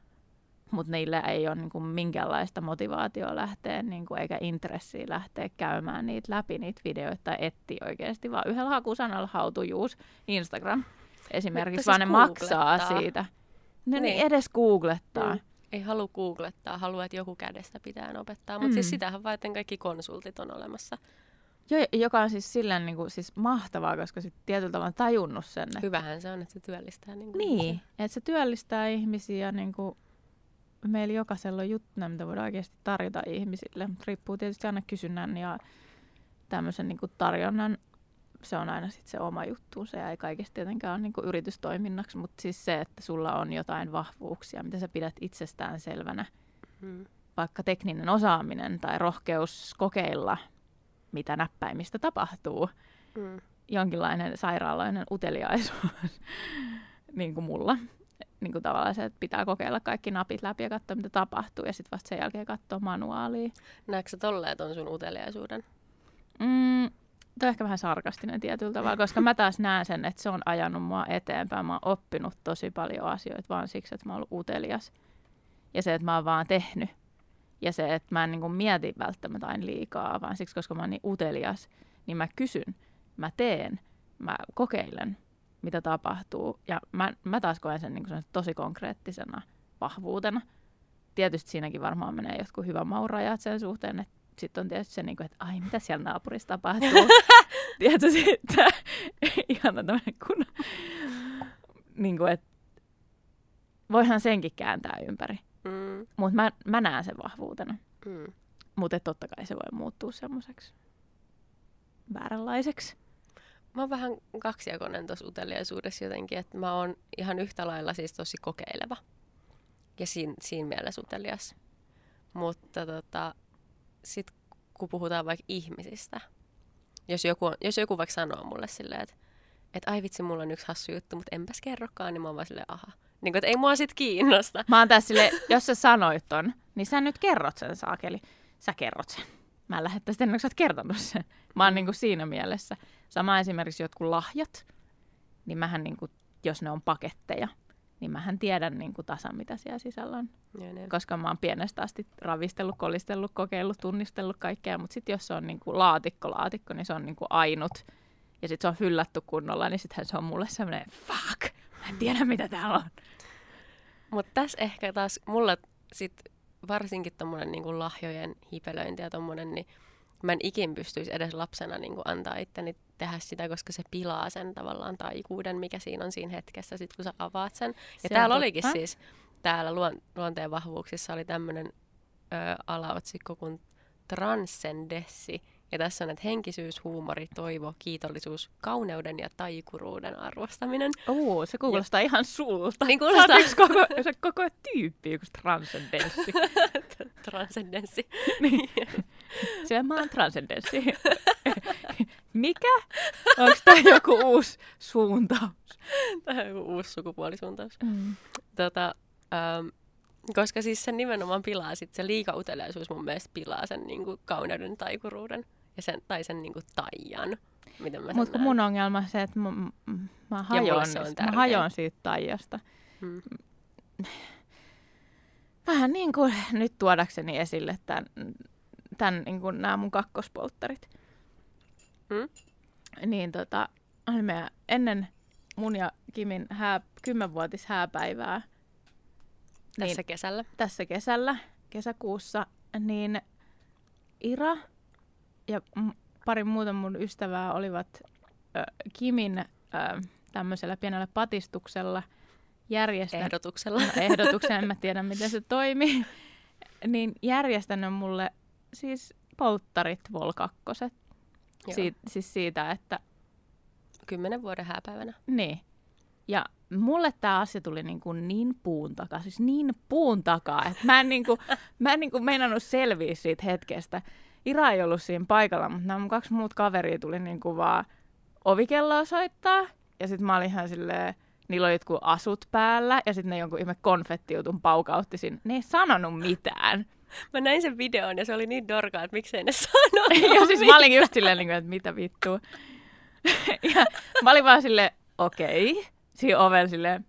Mutta niillä ei ole niinku minkäänlaista motivaatiota lähteä, niinku, eikä intressiä lähteä käymään niitä läpi, niitä videoita, tai etsiä oikeasti, vaan yhdellä hakusanalla how to use Instagram esimerkiksi, vaan siis ne maksaa siitä. Ne niin. edes googlettaa. Mm. Ei halua googlettaa, haluaa, että joku kädestä pitää opettaa, mutta mm. siis sitähän varten kaikki konsultit on olemassa. Jo, joka on siis silleen niin kuin, siis mahtavaa, koska sit tietyllä tavalla tajunnut sen. Että hyvähän se on, että se työllistää. Niin, niin että se työllistää ihmisiä niin kuin meillä jokaisella on juttuja, mitä voidaan oikeasti tarjota ihmisille. Mutta riippuu tietysti aina kysynnän ja tämmöisen niin kuin tarjonnan. Se on aina sit se oma juttu. Se ei kaikesta tietenkään ole niin kuin yritystoiminnaksi, mutta siis se, että sulla on jotain vahvuuksia, mitä sä pidät itsestään selvänä. Hmm. Vaikka tekninen osaaminen tai rohkeus kokeilla, mitä näppäimistä tapahtuu. Hmm. Jonkinlainen sairaalainen uteliaisuus, niin kuin mulla. Niin kuin tavallaan se, että pitää kokeilla kaikki napit läpi ja katsoa, mitä tapahtuu, ja sitten vasta sen jälkeen katsoa manuaalia. Näetkö sä tolleen ton sun uteliaisuuden? Mm, Tämä on ehkä vähän sarkastinen tietyllä tavalla, koska mä taas näen sen, että se on ajanut mua eteenpäin. Mä oon oppinut tosi paljon asioita vaan siksi, että mä oon ollut utelias. Ja se, että mä oon vaan tehnyt. Ja se, että mä en niin kuin mieti välttämättä aina liikaa, vaan siksi, koska mä oon niin utelias, niin mä kysyn, mä teen, mä kokeilen, mitä tapahtuu. Ja mä, mä taas koen sen, niin kuin sen tosi konkreettisena vahvuutena. Tietysti siinäkin varmaan menee jotkut hyvän maun rajat sen suhteen, että sitten on tietysti se, niin kuin, että ai, mitä siellä naapurissa tapahtuu. Tiedätkö sitten, ihan tämmöinen kun, niin kuin, että voihan senkin kääntää ympäri. Mm. Mutta mä, mä näen sen vahvuutena. Mm. Mutta totta kai se voi muuttua semmoiseksi vääränlaiseksi. mä oon vähän kaksijakoinen tuossa uteliaisuudessa jotenkin, että mä oon ihan yhtä lailla siis tosi kokeileva ja siinä, siinä mielessä utelias. Mutta tota, sit kun puhutaan vaikka ihmisistä, jos joku, jos joku vaikka sanoo mulle silleen, että et ai vitsi, mulla on yksi hassu juttu, mutta enpäs kerrokaan, niin mä oon vaan silleen, aha. Niin kuin, että ei mua sit kiinnosta. Mä oon tässä silleen, jos sä sanoit ton, niin sä nyt kerrot sen, saakeli. Sä kerrot sen. Mä en lähettäisi sitten, ennen kuin sä oot kertonut sen. Mä oon niin kuin siinä mielessä. Sama esimerkiksi jotkut lahjat, niin mähän niin kuin, jos ne on paketteja, niin mähän tiedän niin kuin tasan, mitä siellä sisällä on. Ja ne. Koska mä oon pienestä asti ravistellut, kolistellut, kokeillut, tunnistellut kaikkea. Mutta sitten jos se on niin kuin laatikko, laatikko, niin se on niin kuin ainut. Ja sitten se on fyllätty kunnolla, niin sittenhän se on mulle semmoinen, fuck, mä en tiedä, mitä täällä on. Mutta tässä ehkä taas mulla sit varsinkin tommonen niinku lahjojen hipelöinti ja tommonen, niin mä en ikin pystyisi edes lapsena niinku antaa itteni tehdä sitä, koska se pilaa sen tavallaan taikuuden, mikä siinä on siinä hetkessä, sit kun sä avaat sen. Ja Se täällä on olikin totta. siis, täällä luon, luonteen vahvuuksissa oli tämmönen ö, alaotsikko kuin transcendenssi. Ja tässä on, että henkisyys, huumori, toivo, kiitollisuus, kauneuden ja taikuruuden arvostaminen. Oo, se kuulostaa ja ihan sulta. Niin kuulostaa. Sä oot koko, se koko tyyppi, yksi transcendenssi. Transcendenssi. Niin. Sillä mä oon transcendenssi. Mikä? Onko tää joku uusi suuntaus? Tämä on joku uusi sukupuolisuuntaus. Mm. Tota, ähm, koska siis se nimenomaan pilaa, sit se liikauteliaisuus mun mielestä pilaa sen niinku kauneuden taikuruuden ja sen, tai sen niinku taian. Mutta kun mun ongelma on se, että mä, mä, hajoan, mä hajoan siitä taijasta. Hmm. Vähän niin kuin nyt tuodakseni esille tämän, tämän niin kuin nämä mun kakkospolttarit. Hmm? Niin tota, oli meidän ennen mun ja Kimin hää, kymmenvuotis hääpäivää. Tässä niin, kesällä. Tässä kesällä, kesäkuussa, niin Ira ja m- pari muuta mun ystävää olivat ö, Kimin ö, tämmöisellä pienellä patistuksella järjestänyt. Ehdotuksella. No, ehdotuksen, en mä tiedä miten se toimii. Niin järjestänyt mulle siis polttarit Vol kakkoset. Siit, siis siitä, että... Kymmenen vuoden hääpäivänä. Niin. Ja mulle tämä asia tuli niin, kuin niin puun takaa, siis niin puun takaa, että mä en, niin kuin, mä en niin kuin meinannut selviä siitä hetkestä. Ira ei ollut siinä paikalla, mutta nämä mun kaksi muut kaveria tuli niin kuin vaan ovikelloa soittaa. Ja sitten mä olin ihan silleen, niillä oli jotkut asut päällä ja sitten ne jonkun ihme konfettiutun paukautti siinä. Ne ei sanonut mitään. Mä näin sen videon ja se oli niin dorkaa, että miksei ne sanonut Ja siis mä olin just silleen, että mitä vittua. Ja mä olin vaan silleen, okei. Okay. Siinä ovella silleen,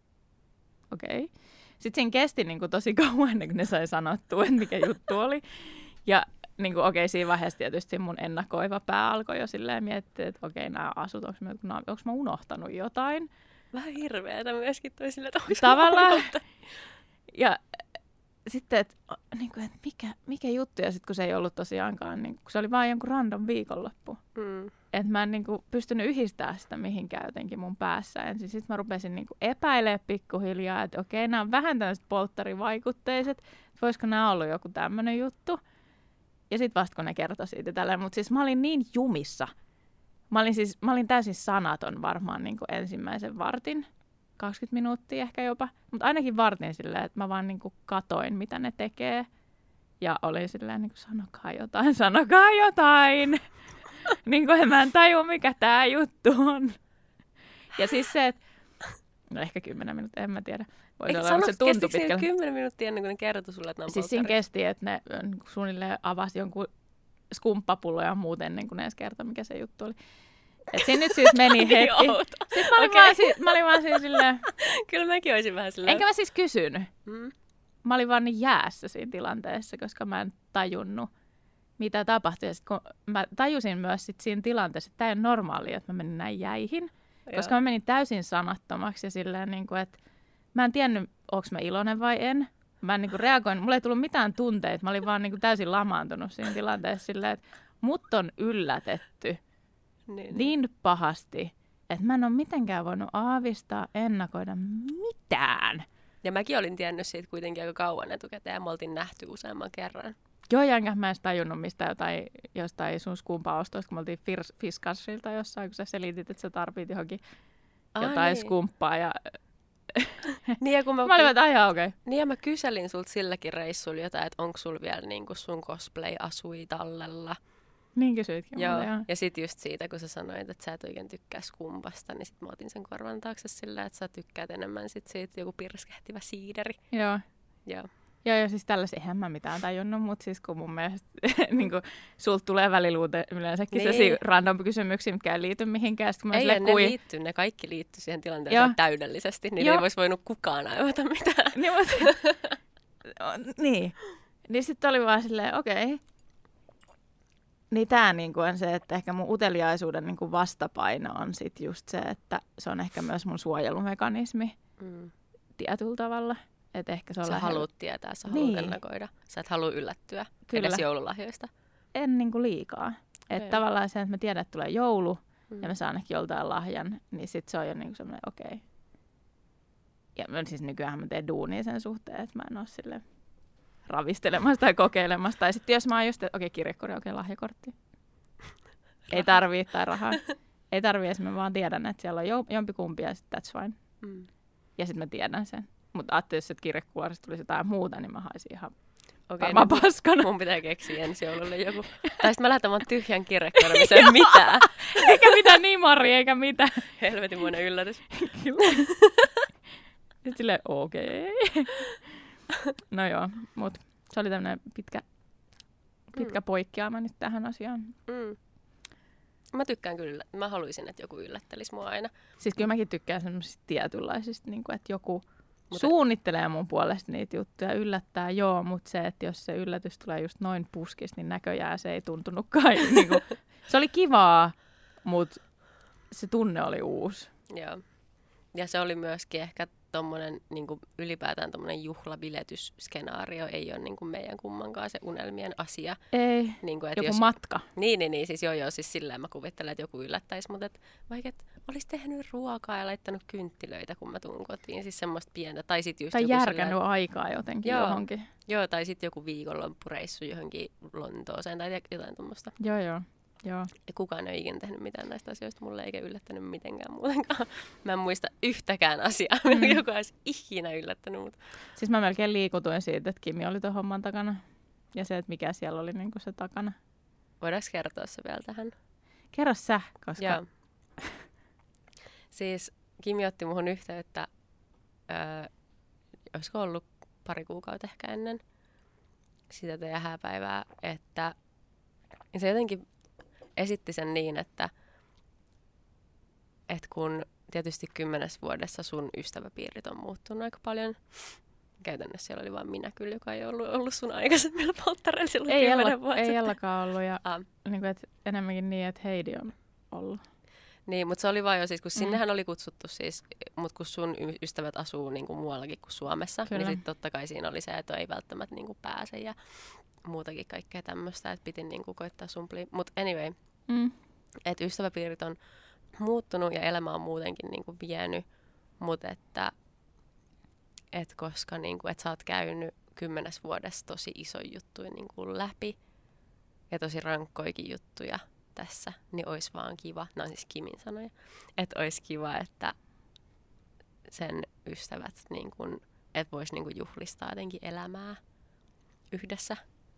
okei. Okay. Sitten siinä kesti niin kuin tosi kauan ennen kuin ne sai sanottua, että mikä juttu oli. Ja niin kuin, okei, okay, siinä vaiheessa tietysti mun ennakoiva pää alkoi jo silleen miettiä, että okei, okay, nämä asut, onko mä, onko mä unohtanut jotain? Vähän hirveätä myöskin toi silleen, että onko tavallaan. Ja sitten, että niin kuin, et mikä, mikä juttu, ja sitten kun se ei ollut tosiaankaan, niin kun se oli vaan jonkun random viikonloppu. Mm. Että mä en niin kuin pystynyt yhdistämään sitä mihinkään jotenkin mun päässä ensin. Sitten mä rupesin niin kuin epäilemään pikkuhiljaa, että okei, nämä on vähän tämmöiset polttarivaikutteiset. Voisiko nämä ollut joku tämmöinen juttu? Ja sitten vasta kun ne kertoi siitä tälleen. Mutta siis mä olin niin jumissa. Mä olin, siis, mä olin täysin sanaton varmaan niin kuin ensimmäisen vartin. kaksikymmentä minuuttia ehkä jopa. Mutta ainakin vartin silleen, että mä vaan niin kuin katoin, mitä ne tekee. Ja olin silleen, niin kuin, sanokaa jotain, sanokaa jotain. Niin kuin mä en tajua, mikä tää juttu on. Ja siis se, että... No ehkä kymmenen minuuttia, en mä tiedä. Voisi olla, mutta se tuntui pitkällä. kymmenen minuuttia ennen kuin ne kertoi sulle, että ne on Siis siinä kesti, että ne suunnilleen avasi jonkun skumppapullo ja muuten ennen kuin ne edes kertoi, mikä se juttu oli. Et siinä nyt siis meni hetki. Sitten mä olin, okay. vaan, si- mä olin vaan siis silleen... Kyllä mäkin olisin vähän silleen... Enkä mä siis kysynyt. Mm. Mä olin vaan niin jäässä siinä tilanteessa, koska mä en tajunnut, mitä tapahtui. Ja sit kun mä tajusin myös sit siinä tilanteessa, että tämä ei ole normaalia, että mä menin näin jäihin. Joo. Koska mä menin täysin sanattomaksi ja silleen, niin kuin, että mä en tiennyt, onko mä iloinen vai en. Mä en niin kuin reagoin, mulla ei tullut mitään tunteita. Mä olin vaan niin kuin täysin lamaantunut siinä tilanteessa silleen, että mut on yllätetty niin, niin pahasti, että mä en ole mitenkään voinut aavistaa, ennakoida mitään. Ja mäkin olin tiennyt siitä kuitenkin aika kauan etukäteen ja me oltiin nähty useamman kerran. Joo, ja enkä mä edes tajunnut mistä jotain, jostain sun skumpaa-ostoista, kun me oltiin Fir- Fiskassilta jossain, kun sä selitit, että sä tarvit johonkin Ah, jotain niin. skumppaa. Ja Niin, ja kun mä, mä olin, että aijaa, okei. Okay. niin ja mä kyselin sulta silläkin reissulla jotain, että onko sulla vielä niinku sun cosplay-asui tallella. Niin kysyitkin Joo, mulle, joo. ja sit just siitä, kun sä sanoit, että sä et oikein tykkää skumpasta, niin sit mä otin sen korvan taakse sillä, että sä tykkäät enemmän sit siitä joku pirskehtivä siideri. Joo. Joo. Joo, ja siis tällaisia, eihän mä mitään tajunnut, mutta siis kun mun mielestä niin kuin, sulta tulee välillä yleensäkin niin. sellaisia random kysymyksiä, mitkä ei liity mihinkään. Ei, ei ne kui... liittyy, ne kaikki liittyy siihen tilanteeseen Joo. täydellisesti, niin Joo. ei voisi voinut kukaan aivata mitään. niin, mutta... niin. Niin sitten oli vaan silleen, okei. Okay. Niin tää niinku on se, että ehkä mun uteliaisuuden niinku vastapaino on sit just se, että se on ehkä myös mun suojelumekanismi mm. tietyllä tavalla. Et ehkä se on sä lähellä. haluat tietää, sä haluat niin. ennakoida. Sä et halua yllättyä Kyllä. edes joululahjoista. En niinku liikaa. Että okay. tavallaan se, että mä tiedän, että tulee joulu mm. ja mä saan ehkä joltain lahjan, niin sit se on jo niinku semmoinen okei. Okay. Ja siis nykyään mä teen duunia sen suhteen, että mä en oo silleen ravistelemassa tai kokeilemassa. Tai sitten jos mä oon just, että okei, okay, kirjekori, okei, okay, lahjakortti. Ei tarvii tai rahaa. Ei tarvii, jos mä vaan tiedän, että siellä on jo, jompikumpi ja sitten that's fine. Mm. Ja sitten mä tiedän sen. Mutta ajattelin, jos kirjekuoresta tulisi jotain muuta, niin mä haisin ihan okay, varmaan niin paskana. Mun pitää keksiä ensi joululle joku. Tai sitten mä lähetän vaan tyhjän kirjekuoren, missä ei mitään. Eikä mitään niin Mari, eikä mitään. Helvetinmoinen yllätys. Sitten silleen, okei. Okay. No joo, mutta se oli tämmöinen pitkä, pitkä mm. poikkeama nyt tähän asiaan. Mm. Mä tykkään kyllä. Mä haluaisin, että joku yllättelisi mua aina. Siis kyllä mäkin tykkään semmoisista tietynlaisista, niin kuin, että joku mutta suunnittelee mun puolesta niitä juttuja, yllättää, joo, mutta se, että jos se yllätys tulee just noin puskista, niin näköjään se ei tuntunutkaan. niin kuin, se oli kivaa, mutta se tunne oli uusi. Joo. Ja se oli myöskin ehkä tommonen, niin kuin ylipäätään tommonen juhlabiletysskenaario ei ole niin kuin meidän kummankaan se unelmien asia. Ei, niin kuin, joku jos, matka. Niin, niin, niin, siis joo, joo, siis silleen mä kuvittelen, että joku yllättäisi, mutta et, vaikka et olisi tehnyt ruokaa ja laittanut kynttilöitä, kun mä tuun kotiin, siis semmoista pientä. Tai sit just tai joku järkännyt silleen, aikaa jotenkin joo, johonkin. Joo, tai sitten joku viikonloppureissu johonkin Lontooseen tai jotain tuommoista. Joo, joo. Joo. Ja kukaan ei ole ikinä tehnyt mitään näistä asioista mulle, eikä yllättänyt mitenkään muutenkaan. Mä en muista yhtäkään asiaa, mm. joka olisi ikinä yllättänyt. Mutta... Siis mä melkein liikutuin siitä, että Kimi oli tuon homman takana. Ja se, että mikä siellä oli niin kuin se takana. Voidaanko kertoa se vielä tähän? Kerro sä, koska... Joo. Siis Kimi otti muhun yhteyttä, öö, olisiko ollut pari kuukautta ehkä ennen sitä teidän hääpäivää, että se jotenkin esitti sen niin, että, että kun tietysti kymmenes vuodessa sun ystäväpiirit on muuttunut aika paljon. Käytännössä siellä oli vain minä kyllä, joka ei ollut, ollut sun aikaisemmilla polttareilla silloin ei kymmenen vuotta Ei sitten. Ellakaan ollut ja ah. niin kuin, että enemmänkin niin, että Heidi on ollut. Niin, mutta se oli vaan jo siis, kun sinnehän mm. oli kutsuttu siis, mutta kun sun ystävät asuu niin kuin muuallakin kuin Suomessa, kyllä. Niin sitten totta kai siinä oli se, että ei välttämättä niin kuin pääse ja muutakin kaikkea tämmöistä, että piti niin kuin koittaa sumplia. Mutta anyway, mm. että ystäväpiirit on muuttunut ja elämä on muutenkin niin kuin vienyt, mutta että et koska niin kuin, että sä oot käynyt kymmenes vuodessa tosi isoja juttuja niin kuin läpi ja tosi rankkoikin juttuja tässä, niin olisi vaan kiva, nämä on siis Kimin sanoja, että olisi kiva, että sen ystävät, niin kuin, että voisi niin kuin juhlistaa jotenkin elämää yhdessä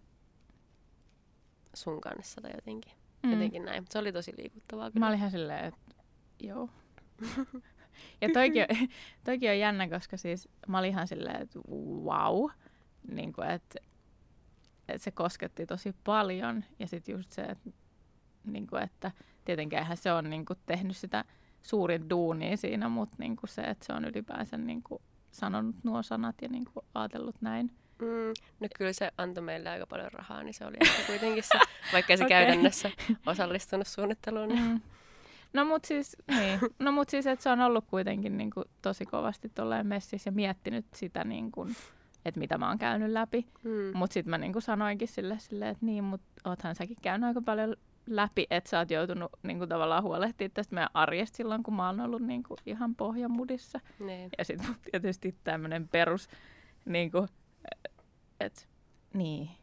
sun kanssa tai jotenkin, mm. jotenkin näin. Se oli tosi liikuttavaa kyllä. Mä olin ihan silleen, että joo. Ja toikin on, toikin on jännä, koska siis mä olin ihan silleen, että wow, niin kuin, että, että se kosketti tosi paljon ja sitten just se, että niin kuin, että tietenkäänhän se on niin kuin, tehnyt sitä suurin duunia siinä, mutta niin kuin se, että se on ylipäänsä niin kuin, sanonut nuo sanat ja niin kuin, ajatellut näin. Mm, no kyllä se antoi meille aika paljon rahaa, niin se oli ehkä kuitenkin se, vaikka se okay. käytännössä osallistunut suunnitteluun. Niin. Mm. No mutta siis, niin. no, mut siis että se on ollut kuitenkin niin kuin, tosi kovasti tolleen messissä ja miettinyt sitä, niin kuin, että mitä mä oon käynyt läpi. Mm. Mutta sitten mä niin kuin sanoinkin sille, sille, että niin, mutta oothan säkin käynyt aika paljon läpi, että sä oot joutunut niin kuin, tavallaan huolehtimaan tästä meidän arjesta silloin, kun mä oon ollut niin kuin, ihan pohjamudissa. Ne. Ja sitten tietysti tämmöinen perus, niin kuin, että niin,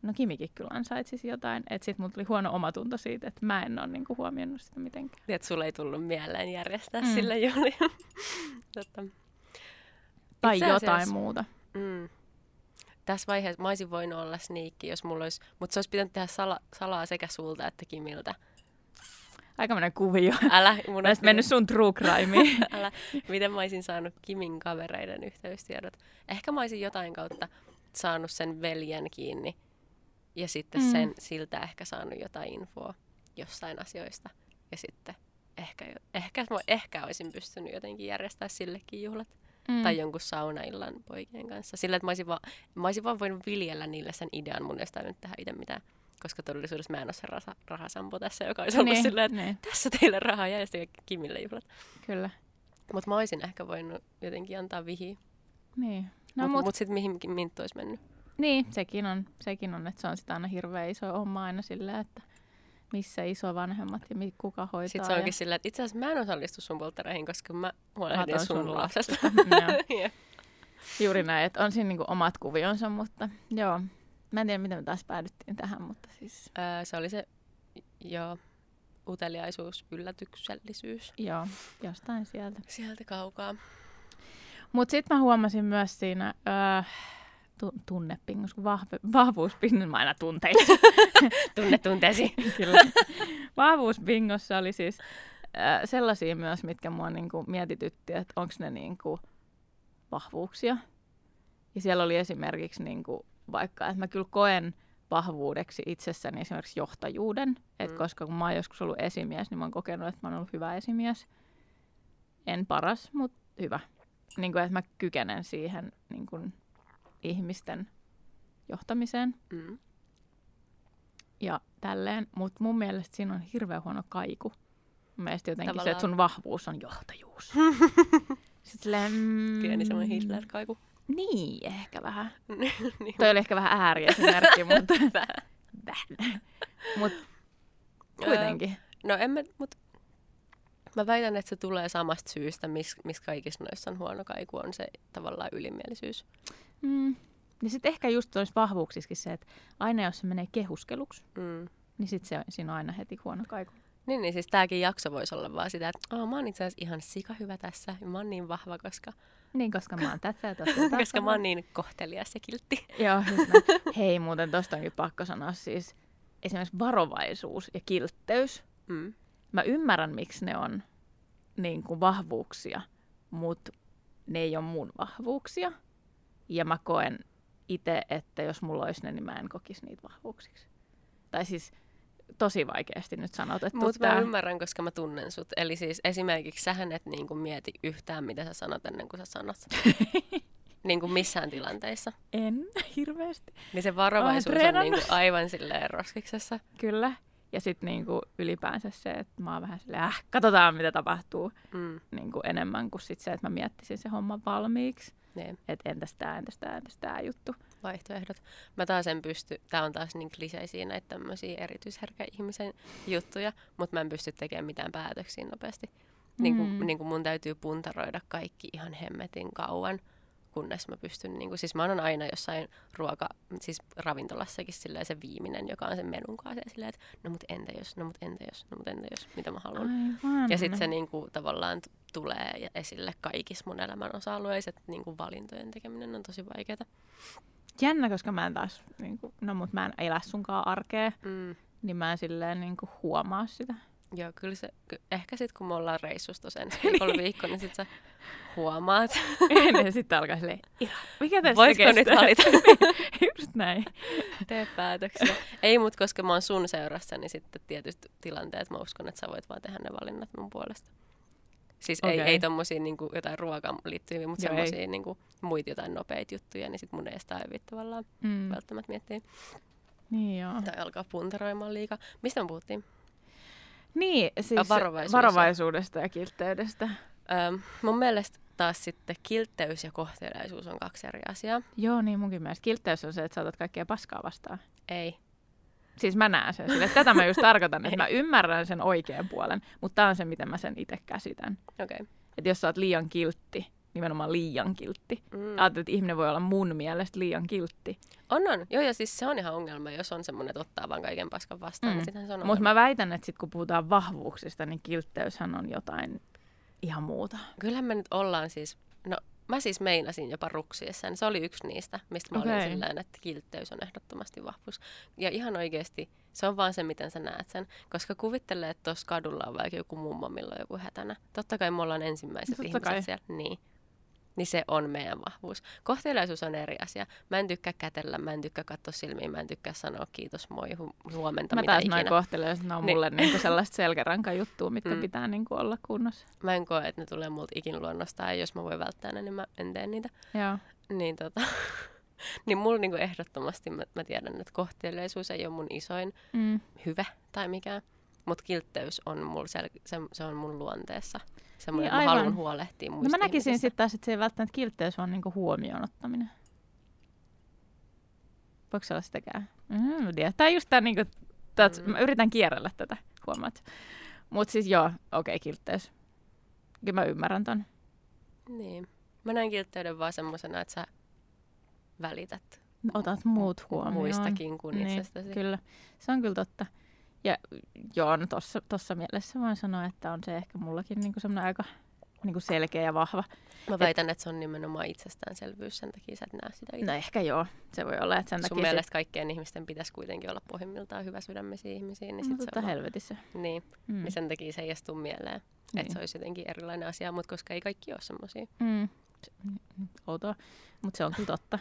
no Kimikin kyllä ansaitsisi jotain. Että sit mulla tuli huono omatunto siitä, että mä en ole niinku huomioinut sitä mitenkään. Niin, että sulle ei tullut mieleen järjestää Mm. sille juhlia. Totta. Tai Itse jotain asiassa- muuta. Mm. Tässä vaiheessa mä olisin voinut olla sniikki, jos mulla olisi, mutta se olisi pitänyt tehdä sala, salaa sekä sulta että Kimiltä. Aikamoinen kuvio. Älä, mun Mä olisi olisin mennyt sun true crimeen. Älä, miten mä olisin saanut Kimin kavereiden yhteystiedot. Ehkä mä olisin jotain kautta saanut sen veljen kiinni ja sitten Mm. sen siltä ehkä saanut jotain infoa jossain asioista. Ja sitten ehkä, jo- ehkä, mä, ehkä olisin pystynyt jotenkin järjestämään sillekin juhlat. Mm. Tai jonkun saunaillan poikien kanssa. Sillä, että mä olisin, vaan, mä olisin vaan voinut viljellä niille sen idean. Mun ei olisi tarvinnut tehdä itse mitään. Koska todellisuudessa mä en ole se rasa, rahasampo tässä, joka olisi ollut Niin, silleen, että niin, tässä teille rahaa ja sitten Kimille juhlat. kyllä. Mutta mä olisin ehkä voinut jotenkin antaa vihiä. Niin. No, No, mutta mut, mut sitten mihin Minttu olisi mennyt. niin, sekin on, sekin on, että se on sitä aina hirveän iso homma aina silleen, että missä isovanhemmat ja mi- kuka hoitaa. Sitten se onkin ja... silleen, että itse asiassa mä en osallistu sun polttareihin, koska mä huolehdin Katon sun, sun lapsesta. Joo. Jep. Juuri näin, että on siinä niinku omat kuvionsa, mutta joo. Mä en tiedä, miten me taas päädyttiin tähän, mutta siis Öö, se oli se, joo, uteliaisuus, yllätyksellisyys. joo, jostain sieltä. Sieltä kaukaa. Mutta sitten mä huomasin myös siinä öö, tu- tunnepingus, kun vahve- vahvuuspingus, mä aina tuntein. Tunne tunteesi. Kyllä. Vahvuusbingossa oli siis äh, sellaisia myös, mitkä mua niinku mietitytti, että onko ne niinku vahvuuksia. Ja siellä oli esimerkiksi niinku vaikka, että mä kyllä koen vahvuudeksi itsessäni esimerkiksi johtajuuden. Että Mm. koska kun mä oon joskus ollut esimies, niin mä oon kokenut, että mä oon ollut hyvä esimies. En paras, mutta hyvä. Niin kuin, että mä kykenen siihen niin kuin, ihmisten johtamiseen. Mm. Ja tälleen, mutta mun mielestä siinä on hirveän huono kaiku. Mun mielestä jotenkin Tavallaan... se, että sun vahvuus on johtajuus. Sitten silleen, mm, Pieni semmoinen Hitler-kaiku. Niin, ehkä vähän. niin. Toi oli ehkä vähän ääriesimerkki, mutta Vähän. vähän. Mut kuitenkin. No en mä, mut mä väitän, että se tulee samasta syystä, missä mis kaikissa noissa on huono kaiku, on se tavallaan ylimielisyys. Mm. Ja sitten ehkä just olisi vahvuuksissakin se, että aina jos se menee kehuskeluksi, Mm. niin sitten se, siinä on aina heti huono kaiku. Niin, niin siis tääkin jakso voisi olla vaan sitä, että oh, mä oon itse asiassa ihan sika hyvä tässä ja mä oon niin vahva, koska, Niin, koska mä oon tässä ja tossa ja tossa. koska mä oon niin kohtelias ja kiltti. Joo, just näin. Hei, muuten tosta onkin pakko sanoa siis esimerkiksi varovaisuus ja kiltteys. Mm. Mä ymmärrän, miksi ne on niin kuin vahvuuksia, mutta ne ei ole mun vahvuuksia. Ja mä koen itse, että jos mulla olisi ne, niin mä en kokisi niitä vahvuuksiksi. Tai siis tosi vaikeasti nyt sanotettu. Mutta mä tää. ymmärrän, koska mä tunnen sut. Eli siis esimerkiksi sähän et niinku mieti yhtään, mitä sä sanot ennen kuin sä sanot. niin kuin missään tilanteissa. En hirveästi. Niin se varovaisuus on treenannut. niinku aivan silleen roskiksessa. Kyllä. Ja sitten niinku ylipäänsä se, että mä oon vähän silleen, äh, katsotaan mitä tapahtuu. Mm. Niinku enemmän kuin sit se, että mä miettisin se homma valmiiksi. Niin. Että entäs tää, entäs tää, entäs tää juttu. Vaihtoehdot. Mä taas en pysty, tää on taas niin kliseisiä näitä tämmöisiä erityisherkkä ihmisen juttuja, mutta mä en pysty tekemään mitään päätöksiä nopeasti. Niin kuin, Mm. niin kuin mun täytyy puntaroida kaikki ihan hemmetin kauan, kunnes mä pystyn, niin kuin, siis mä oon aina jossain ruoka, siis ravintolassakin silleen se viimeinen, joka on sen menun kanssa ja silleen, että no mut entä jos, no mut entä jos, no mut entä jos, mitä mä haluan. Aivan. Ja sitten se niin kuin, tavallaan t- tulee ja esille kaikissa mun elämän osa-alueissa, että niin kuin valintojen tekeminen on tosi vaikeaa. Jännä, koska mä en taas, niinku, no mut mä en elä sunkaan arkea, Mm. niin mä en silleen niinku huomaa sitä. Joo, kyllä se, ky- ehkä sitten kun me ollaan reissussa tuossa ensi viikolla viikko, niin sit sä huomaat. Ja sitten alkaa silleen, Ira, mikä tästä Voitko kestää? nyt valita? Just näin. Tee päätöksiä. Ei, mutta koska mä oon sun seurassa, niin sitten tietysti tilanteet mä uskon, että sä voit vaan tehdä ne valinnat mun puolesta. Siis okay. ei, Okei. ei tommosia niinku, jotain ruokaan liittyviä, mutta Joo, semmosia niinku, muita jotain nopeita juttuja, niin sit mun ei sitä tarvitse tavallaan Mm. välttämättä miettiä. Niin joo. Tai alkaa puntaroimaan liikaa. Mistä me puhuttiin? Niin, siis Ah, varovaisuus. varovaisuudesta ja kiltteydestä. Öm, mun mielestä taas sitten kiltteys ja kohteliaisuus on kaksi eri asiaa. Joo, niin munkin mielestä. Kiltteys on se, että sä otat kaikkea paskaa vastaan. Ei. Siis mä näen sen sille. Tätä mä just tarkoitan, että mä ymmärrän sen oikean puolen, mutta tää on se, miten mä sen itse käsitän. Okei. Okay. Että jos sä oot liian kiltti, nimenomaan liian kiltti. Mm. Ajattelin, että ihminen voi olla mun mielestä liian kiltti. On, on. Joo, ja siis se on ihan ongelma, jos on semmoinen, että ottaa vaan kaiken paskan vastaan, mm. niin sittenhän se on ongelma. Mutta mä väitän, että sit kun puhutaan vahvuuksista, niin kiltteyshän on jotain ihan muuta. Kyllähän me nyt ollaan siis, no mä siis meinasin jopa ruksiessa, niin se oli yksi niistä, mistä mä okay. olin silleen, että kiltteys on ehdottomasti vahvuus. Ja ihan oikeasti se on vaan se, miten sä näet sen, koska kuvittelee, että tuossa kadulla on vaikka joku mummo, millä on joku hätänä. Totta kai me ollaan ensimmäiset no, ihmiset kai. Siellä. Niin. Niin se on meidän vahvuus. Kohteliaisuus on eri asia. Mä en tykkää kätellä, mä en tykkää katsoa silmiin, mä en tykkää sanoa kiitos, moi, hu- huomenta, mä mitä ikinä. Mä taas noin kohteliaisuus, ne on niin. mulle niinku sellaista selkärankajuttua, mitkä mm. pitää niinku olla kunnossa. Mä en koe, että ne tulee multa ikin luonnostaan, ja jos mä voin välttää ne, niin mä en tee niitä. Joo. Niin tota... niin mulla niinku ehdottomasti, mä, mä tiedän, että kohteliaisuus ei ole mun isoin mm. hyvä tai mikään. Mutta kiltteys on mulla sel- se, se on mun luonteessa. Semmoinen, niin, että mä haluan huolehtia muista. No mä näkisin sitten taas, että se ei välttämättä kiltteys on niinku huomioon ottaminen. Voiko se olla sitäkään? Mm, Tämä on just tää niinku, tat, mm. mä yritän kierrellä tätä, huomaat. Mutta siis joo, okei, okay, kiltteys. Kyllä mä ymmärrän ton. Niin. Mä näen kiltteyden vaan semmosena, että sä välität. Otat muut huomioon. Muistakin kuin niin, itsestäsi. Kyllä, se on kyllä totta. Ja joo, no tossa, tossa mielessä voin sanoa, että on se ehkä mullakin niinku semmoinen aika niinku selkeä ja vahva. Mä väitän, et, että se on nimenomaan itsestäänselvyys, sen takia sä et näe sitä itse. No ehkä joo, se voi olla, että sen Sun takia... mielestä sit... kaikkien ihmisten pitäisi kuitenkin olla pohjimmiltaan hyvä sydämisiä ihmisiä. Niin no, sit totta se on helvetissä. Niin, mm. niin sen takia se ei edes tuu mieleen, niin. Että se olisi jotenkin erilainen asia, mutta koska ei kaikki ole semmoisia. Mm. Outoa, mutta se on kyllä totta.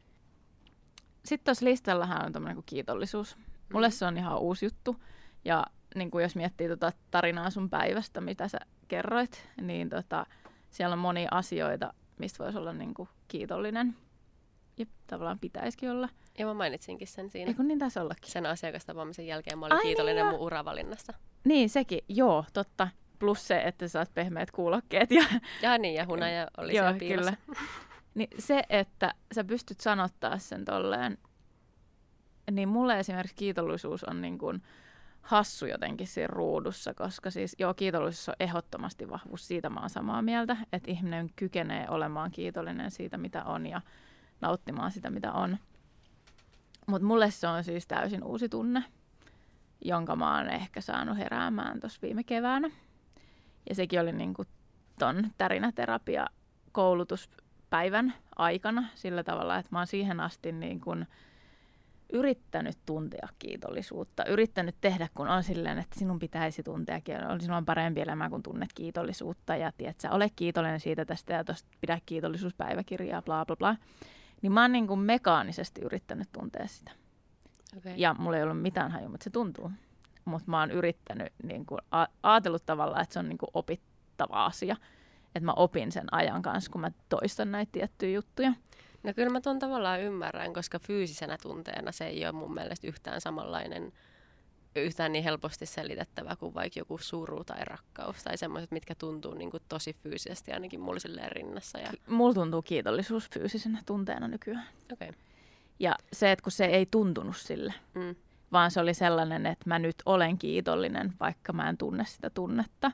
Sitten tuossa listallahan on tämmöinen kuin kiitollisuus. Mulle mm. se on ihan uusi juttu. Ja niin kuin jos miettii tota tarinaa sun päivästä, mitä sä kerroit, niin tota, siellä on monia asioita, mistä voisi olla niin kuin kiitollinen. Ja tavallaan pitäisikin olla. Ja mä mainitsinkin sen siinä. Eikö niin taisi ollakin? Sen asiakastapaamisen jälkeen mä olin Ai kiitollinen niin mun uravalinnasta. Niin, sekin. Joo, totta. Plus se, että sä saat pehmeät kuulokkeet. Ja, ja niin, ja hunaja oli joo, siellä piilossa. Kyllä. Niin se, että sä pystyt sanottaa sen tolleen, niin mulle esimerkiksi kiitollisuus on niin kuin hassu jotenkin siinä ruudussa, koska siis joo, kiitollisuus on ehdottomasti vahvuus, siitä mä oon samaa mieltä, että ihminen kykenee olemaan kiitollinen siitä, mitä on ja nauttimaan sitä, mitä on. Mutta mulle se on siis täysin uusi tunne, jonka mä oon ehkä saanut heräämään tuossa viime keväänä. Ja sekin oli niinku ton tärinäterapia koulutuspäivän aikana sillä tavalla, että mä oon siihen asti niin kun yrittänyt tuntea kiitollisuutta. Yrittänyt tehdä, kun on silleen, että sinun pitäisi tuntea, on sinulla parempi elämä, kun tunnet kiitollisuutta. Ja tiedät, sä ole kiitollinen siitä tästä ja tuosta pidä kiitollisuuspäiväkirjaa, bla bla bla. Niin mä oon niin kuin mekaanisesti yrittänyt tuntea sitä. Okay. Ja mulla ei ollut mitään hajua, mutta se tuntuu. Mutta mä oon yrittänyt, niin kuin, a- ajatellut tavallaan, että se on niin kuin opittava asia. Että mä opin sen ajan kanssa, kun mä toistan näitä tiettyjä juttuja. No kyllä mä ton tavallaan ymmärrän, koska fyysisenä tunteena se ei ole mun mielestä yhtään samanlainen, yhtään niin helposti selitettävä kuin vaikka joku suru tai rakkaus tai semmoiset, mitkä tuntuu niin kuin tosi fyysisesti ainakin mulla silleen rinnassa. Ja... Mulla tuntuu kiitollisuus fyysisenä tunteena nykyään. Okay. Ja se, että kun se ei tuntunut sille, mm. vaan se oli sellainen, että mä nyt olen kiitollinen, vaikka mä en tunne sitä tunnetta.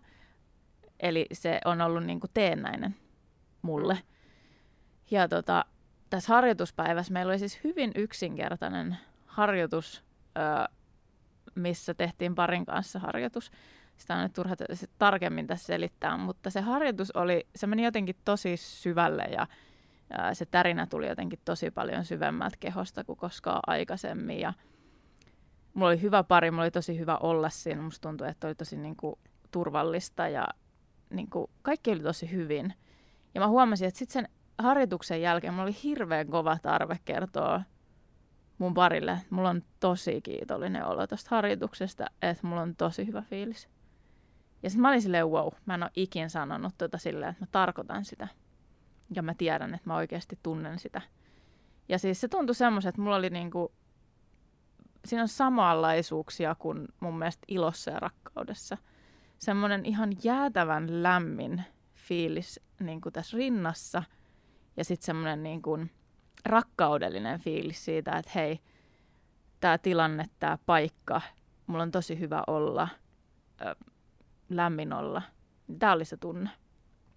Eli se on ollut niin kuin teennäinen mulle. Mm. Ja tota... Tässä harjoituspäivässä meillä oli siis hyvin yksinkertainen harjoitus, öö, missä tehtiin parin kanssa harjoitus. Sitä on nyt turha t- tarkemmin tässä selittää, mutta se harjoitus oli, se meni jotenkin tosi syvälle ja öö, se tärinä tuli jotenkin tosi paljon syvemmältä kehosta kuin koskaan aikaisemmin. Ja mulla oli hyvä pari, mulla oli tosi hyvä olla siinä. Musta tuntui, että oli tosi niin kuin, turvallista ja niin kuin, kaikki oli tosi hyvin. Ja mä huomasin, että sitten sen harjoituksen jälkeen mulla oli hirveän kova tarve kertoa mun parille, että mulla on tosi kiitollinen olo tosta harjoituksesta, että mulla on tosi hyvä fiilis. Ja sitten mä olin silleen, wow, mä en ole ikin sanonut tota silleen, että mä tarkoitan sitä. Ja mä tiedän, että mä oikeasti tunnen sitä. Ja siis se tuntui semmoiset, että mulla oli niinku, siinä on samanlaisuuksia kuin mun mielestä ilossa ja rakkaudessa. Semmoinen ihan jäätävän lämmin fiilis niinku tässä rinnassa. Ja sitten semmoinen niin kuin rakkaudellinen fiilis siitä, että hei, tämä tilanne, tämä paikka, mulla on tosi hyvä olla, ö, lämmin olla. Tämä oli se tunne.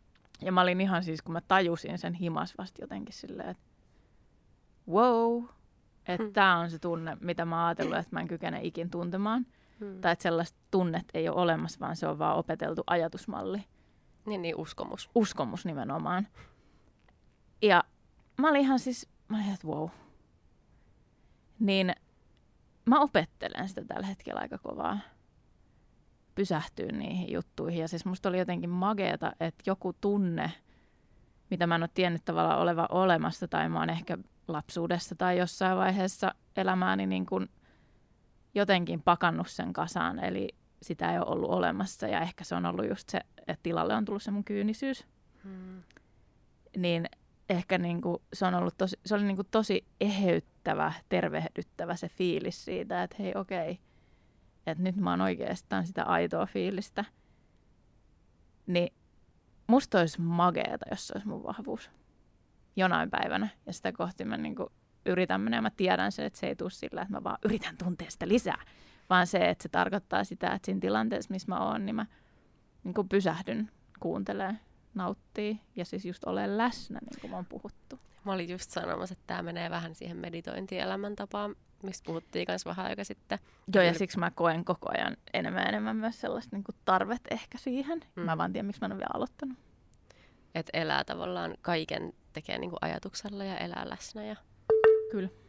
Ja mä olin ihan siis, kun mä tajusin sen himas vasta jotenkin silleen, että wow, että hmm. tää on se tunne, mitä mä oon ajatellut, että mä en kykene ikin tuntemaan. Hmm. Tai että sellaista tunnet ei ole olemassa, vaan se on vaan opeteltu ajatusmalli. Niin, niin uskomus. Uskomus nimenomaan. Ja mä olin ihan siis, mä olin, että wow. Niin mä opettelen sitä tällä hetkellä aika kovaa. Pysähtyä niihin juttuihin. Ja siis musta oli jotenkin mageeta, että joku tunne, mitä mä en ole tiennyt tavallaan olevan olemassa, tai mä oon ehkä lapsuudessa tai jossain vaiheessa elämääni niin kuin jotenkin pakannut sen kasaan, eli sitä ei ole ollut olemassa, ja ehkä se on ollut just se, että tilalle on tullut se mun kyynisyys. Hmm. Niin ehkä niin kuin se on ollut tosi, se oli niin kuin tosi eheyttävä, tervehdyttävä se fiilis siitä, että hei okei, että nyt mä oon oikeastaan sitä aitoa fiilistä. Niin musta olisi mageeta, jos se olisi mun vahvuus jonain päivänä. Ja sitä kohti mä niin kuin yritän mennä, ja mä tiedän sen, että se ei tule sillä, että mä vaan yritän tuntea sitä lisää. Vaan se, että se tarkoittaa sitä, että siinä tilanteessa, missä mä oon, niin mä niin kuin pysähdyn, kuuntelen, nauttii ja siis just olen läsnä, niin kuin mä oon puhuttu. Mä olin just sanomassa, että tämä menee vähän siihen meditointielämäntapaan, mistä puhuttiin kanssa vähän aika sitten. Joo, ja siksi mä koen koko ajan enemmän ja enemmän myös sellaista niin kuin tarvet ehkä siihen. Mm. Mä vaan tiedän, miksi mä en ole vielä aloittanut. Että elää tavallaan kaiken tekee niin kuin ajatuksella ja elää läsnä. Ja... Kyllä.